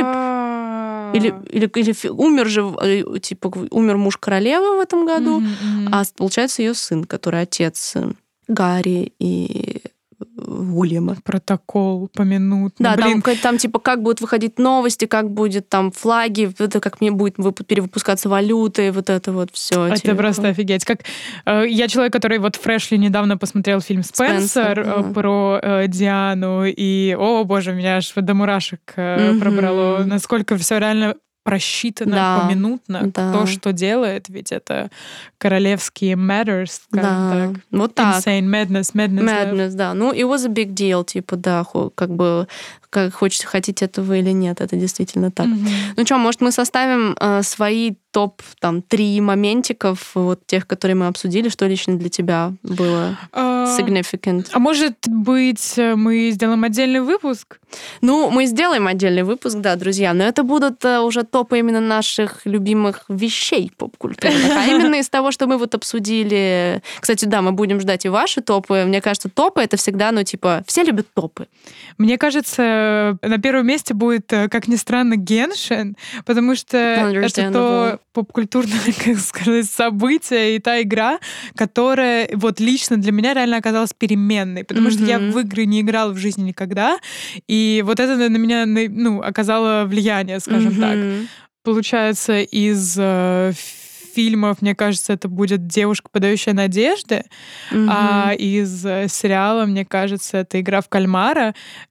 S2: Или, или, или умер же, типа, умер муж королевы в этом году, mm-hmm. а получается ее сын, который отец Гарри и Уильяма.
S1: Протокол поминутно.
S2: Да, Блин. Там, там типа как будут выходить новости, как будет там флаги, это как мне будет перевыпускаться валюты, вот это вот все.
S1: Это типа. Просто офигеть. Как, э, я человек, который вот фрешли недавно посмотрел фильм «Спенсер», Спенсер э, про э, Диану, и, о боже, меня аж до мурашек э, mm-hmm. пробрало. Насколько все реально просчитано да, поминутно, да. кто что делает, ведь это королевские matters, скажем
S2: да.
S1: так.
S2: Вот так.
S1: Insane, madness, madness.
S2: Madness, да. Ну, it was a big deal, типа, да, как бы, как хочете, хотите этого или нет, это действительно так. Mm-hmm. Ну что, может, мы составим э, свои топ, там, три моментиков, вот тех, которые мы обсудили, что лично для тебя было uh, significant?
S1: А может быть, мы сделаем отдельный выпуск?
S2: Ну, мы сделаем отдельный выпуск, да, друзья, но это будут uh, уже топы именно наших любимых вещей поп-культурных, а именно из того, что мы вот обсудили. Кстати, да, мы будем ждать и ваши топы. Мне кажется, топы — это всегда, ну, типа, все любят топы.
S1: Мне кажется, на первом месте будет, как ни странно, Геншин, потому что это то поп-культурное, как сказать, событие и та игра, которая вот лично для меня реально оказалась переменной, потому mm-hmm. что я в игры не играла в жизни никогда, и вот это на меня, ну, оказало влияние, скажем mm-hmm. так. Получается, из э, фильмов, мне кажется, это будет «Девушка, подающая надежды», mm-hmm. а из э, сериала, мне кажется, это «Игра в кальмара»,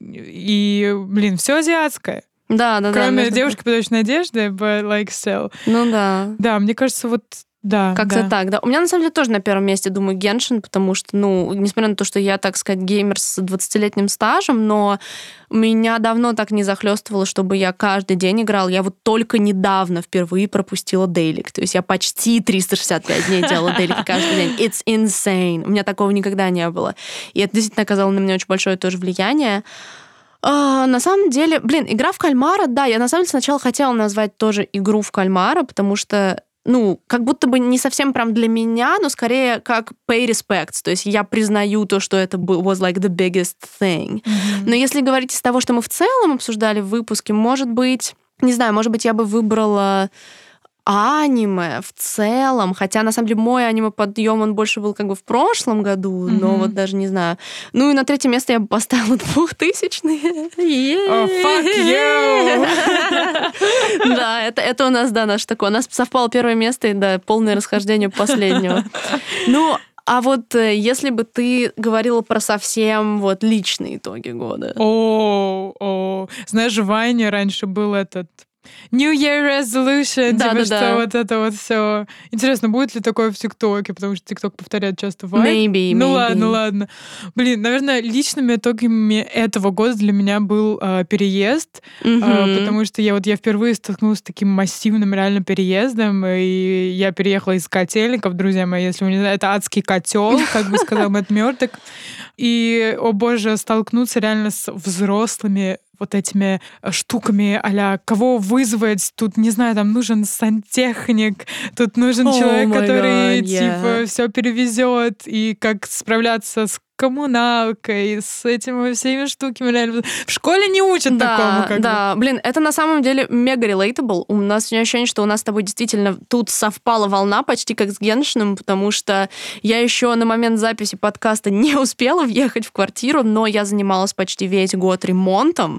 S1: и, блин, все азиатское.
S2: Да, да,
S1: Кроме
S2: да.
S1: «Девушки, подающей надежды», but like still.
S2: Ну да.
S1: Да, мне кажется, вот да.
S2: Как-то
S1: да.
S2: так, да. У меня, на самом деле, тоже на первом месте, думаю, Геншин, потому что, ну, несмотря на то, что я, так сказать, геймер с двадцатилетним стажем, но меня давно так не захлестывало, чтобы я каждый день играла. Я вот только недавно впервые пропустила дейлик. То есть я почти триста шестьдесят пять дней делала дейлик каждый день. It's insane. У меня такого никогда не было. И это действительно оказало на меня очень большое тоже влияние. Uh, на самом деле, блин, игра в кальмара, да, я на самом деле сначала хотела назвать тоже игру в кальмара, потому что, ну, как будто бы не совсем прям для меня, но скорее как pay respects, то есть я признаю то, что это was like the biggest thing. Mm-hmm. Но если говорить из того, что мы в целом обсуждали в выпуске, может быть, не знаю, может быть, я бы выбрала аниме в целом, хотя, на самом деле, мой аниме-подъем, он больше был как бы в прошлом году, mm-hmm. но вот даже не знаю. Ну и на третье место я бы поставила двухтысячные. Yeah.
S1: Oh, fuck you!
S2: Да, это, это у нас, да, наш такой. У нас совпало первое место и, да, полное расхождение последнего. Ну, а вот если бы ты говорила про совсем вот личные итоги года.
S1: О, о, знаешь, в Вайне раньше был этот New Year Resolution,
S2: да,
S1: типа
S2: да,
S1: что
S2: да.
S1: вот это вот все. Интересно, будет ли такое в ТикТоке, потому что ТикТок повторяет часто вайб.
S2: Maybe,
S1: ну
S2: maybe.
S1: ладно, ладно. Блин, наверное, личными итогами этого года для меня был э, переезд,
S2: Mm-hmm.
S1: э, потому что я вот я впервые столкнулась с таким массивным реально переездом, и я переехала из Котельников, друзья мои, если вы не знаете, это адский котел, как бы сказал Мэтт Мёрдок. И, о боже, столкнуться реально с взрослыми вот этими штуками а-ля кого вызвать, тут, не знаю, там нужен сантехник, тут нужен
S2: Oh
S1: человек, который,
S2: God, yeah.
S1: типа, все перевезет, и как справляться с коммуналкой, с этими всеми штуками. Реально. В школе не учат
S2: да,
S1: такому. Как
S2: да,
S1: бы.
S2: Блин, это на самом деле мега relatable. У нас ощущение, что у нас с тобой действительно тут совпала волна почти как с Геншиным, потому что я еще на момент записи подкаста не успела въехать в квартиру, но я занималась почти весь год ремонтом.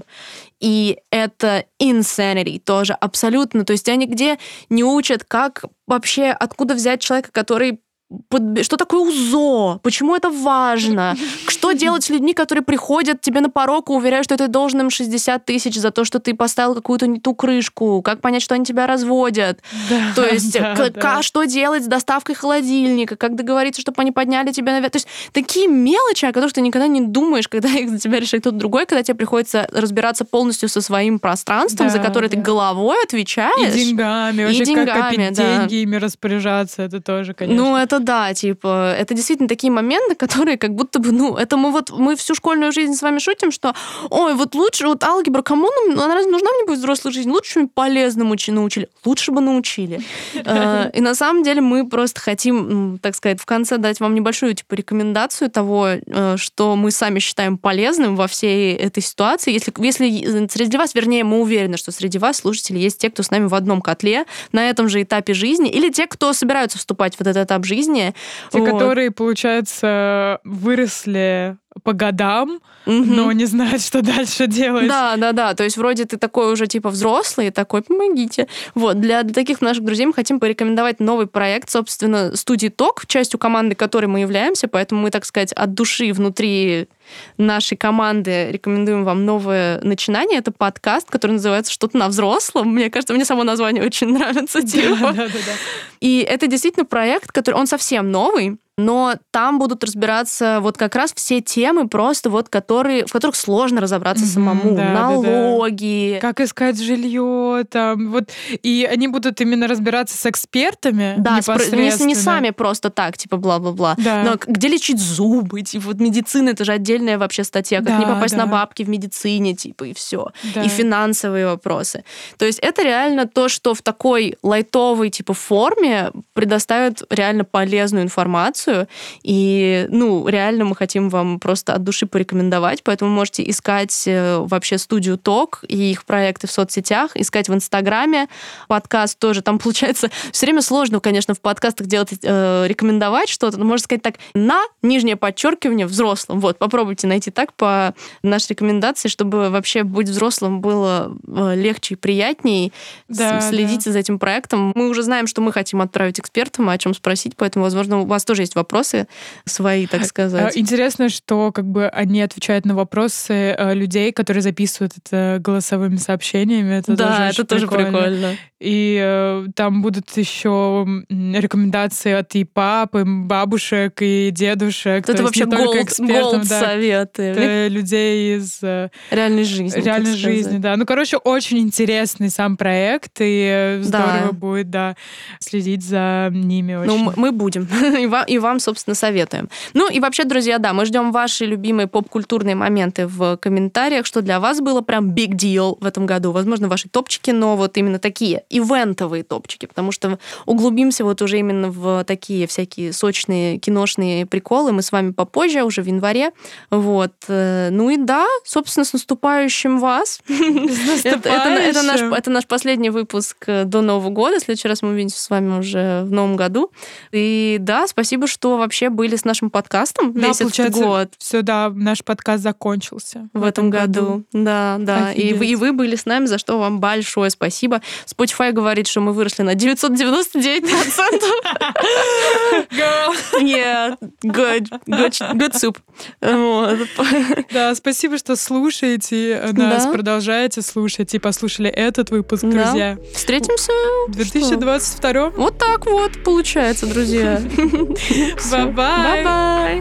S2: И это insanity тоже абсолютно. То есть тебя нигде не учат, как вообще, откуда взять человека, который под... Что такое УЗО? Почему это важно? Что делать с людьми, которые приходят тебе на порог и уверяют, что ты должен им шестьдесят тысяч за то, что ты поставил какую-то не ту крышку? Как понять, что они тебя разводят?
S1: Да,
S2: то есть
S1: да,
S2: к-
S1: да.
S2: что делать с доставкой холодильника? Как договориться, чтобы они подняли тебя наверх? То есть такие мелочи, о которых ты никогда не думаешь, когда их за тебя решает кто-то другой, когда тебе приходится разбираться полностью со своим пространством,
S1: Да,
S2: за которое
S1: да.
S2: ты головой отвечаешь.
S1: И деньгами, вообще как
S2: деньгами,
S1: копить
S2: да.
S1: деньги, ими распоряжаться, это тоже, конечно.
S2: Ну, это да, типа, это действительно такие моменты, которые как будто бы, ну, это мы вот, мы всю школьную жизнь с вами шутим, что, ой, вот лучше, вот алгебра, кому нам, она разве нужна мне будет взрослая жизнь? Лучше что-нибудь полезному научили. Лучше бы научили. И на самом деле мы просто хотим, так сказать, в конце дать вам небольшую, типа, рекомендацию того, что мы сами считаем полезным во всей этой ситуации. Если, если среди вас, вернее, мы уверены, что среди вас, слушатели, есть те, кто с нами в одном котле, на этом же этапе жизни, или те, кто собираются вступать в этот этап жизни.
S1: Те,
S2: Вот.
S1: которые, получается, выросли по годам,
S2: Мгм.
S1: но не знают, что дальше делать.
S2: Да, да, да. То есть вроде ты такой уже типа взрослый, такой, помогите. Вот, для, для таких наших друзей мы хотим порекомендовать новый проект, собственно, студии ТОК, частью команды которой мы являемся, поэтому мы, так сказать, от души внутри нашей команды рекомендуем вам новое начинание. Это подкаст, который называется «Что-то на взрослом». Мне кажется, мне само название очень нравится. Типа.
S1: Да, да, да, да.
S2: И это действительно проект, который, он совсем новый, но там будут разбираться вот как раз все темы просто вот, которые, в которых сложно разобраться
S1: Мгм,
S2: самому.
S1: да, да, да.
S2: Налоги.
S1: Как искать жилье там, вот, и они будут именно разбираться с экспертами
S2: Да, спро- не,
S1: непосредственно.
S2: не сами просто так, типа бла-бла-бла.
S1: Да.
S2: Но к- где лечить зубы, типа вот медицина, это же отдельная вообще статья, как
S1: Да,
S2: не попасть
S1: да.
S2: на бабки в медицине, типа, и все.
S1: Да.
S2: И финансовые вопросы. То есть это реально то, что в такой лайтовой типа форме предоставит реально полезную информацию. И, ну, реально мы хотим вам просто от души порекомендовать, поэтому можете искать э, вообще студию ТОК и их проекты в соцсетях, искать в Инстаграме. Подкаст тоже там, получается, все время сложно, конечно, в подкастах делать, э, рекомендовать что-то, но можно сказать так, на нижнее подчеркивание взрослым. Вот, попробуйте найти так по нашей рекомендации, чтобы вообще быть взрослым было э, легче и приятнее.
S1: Да,
S2: С- Следите за этим проектом. Мы уже знаем, что мы хотим отправить экспертам, о чем спросить, поэтому, возможно, у вас тоже есть вопросы свои, так сказать.
S1: А, Интересно, что как бы они отвечают на вопросы э, людей, которые записывают это голосовыми сообщениями. Это
S2: да,
S1: тоже
S2: это
S1: очень
S2: тоже
S1: прикольно.
S2: прикольно.
S1: И э, там будут еще м, рекомендации от и пап, и бабушек, и дедушек.
S2: Это
S1: То есть
S2: вообще
S1: не только
S2: голд,
S1: экспертам,
S2: голд
S1: да,
S2: советы.
S1: это людей из э,
S2: Реальной жизни.
S1: реальной
S2: так
S1: жизни,
S2: сказать.
S1: да. Ну, короче, очень интересный сам проект, и э, здорово
S2: Да.
S1: будет, да, следить за ними очень.
S2: Ну, мы- мы будем. И вам, и вам, собственно, советуем. Ну, и вообще, друзья, да, мы ждем ваши любимые поп-культурные моменты в комментариях, что для вас было прям big deal в этом году. Возможно, ваши топчики, но вот именно такие ивентовые топчики, потому что углубимся вот уже именно в такие всякие сочные киношные приколы мы с вами попозже, уже в январе. Вот. Э, Ну и да, собственно, с наступающим вас.
S1: С
S2: Это, это- это наш,
S1: наступающим.
S2: это наш последний выпуск э, до Нового года. В следующий раз мы увидимся с вами уже в новом году. И да, спасибо, что вообще были с нашим подкастом
S1: да,
S2: весь этот год.
S1: Все, да, наш подкаст закончился.
S2: В, в этом году. году. Да, да. И вы, и вы были с нами, за что вам большое спасибо. Spotify говорит, что мы выросли на девятьсот девяносто девять процентов.
S1: Girl.
S2: Yeah, good. Good, good soup. Вот.
S1: Да, спасибо, что слушаете нас, да. продолжаете слушать и послушали этот выпуск, да. друзья.
S2: Встретимся
S1: в две тысячи двадцать втором.
S2: Вот так вот получается, друзья.
S1: Bye-bye.
S2: Bye-bye.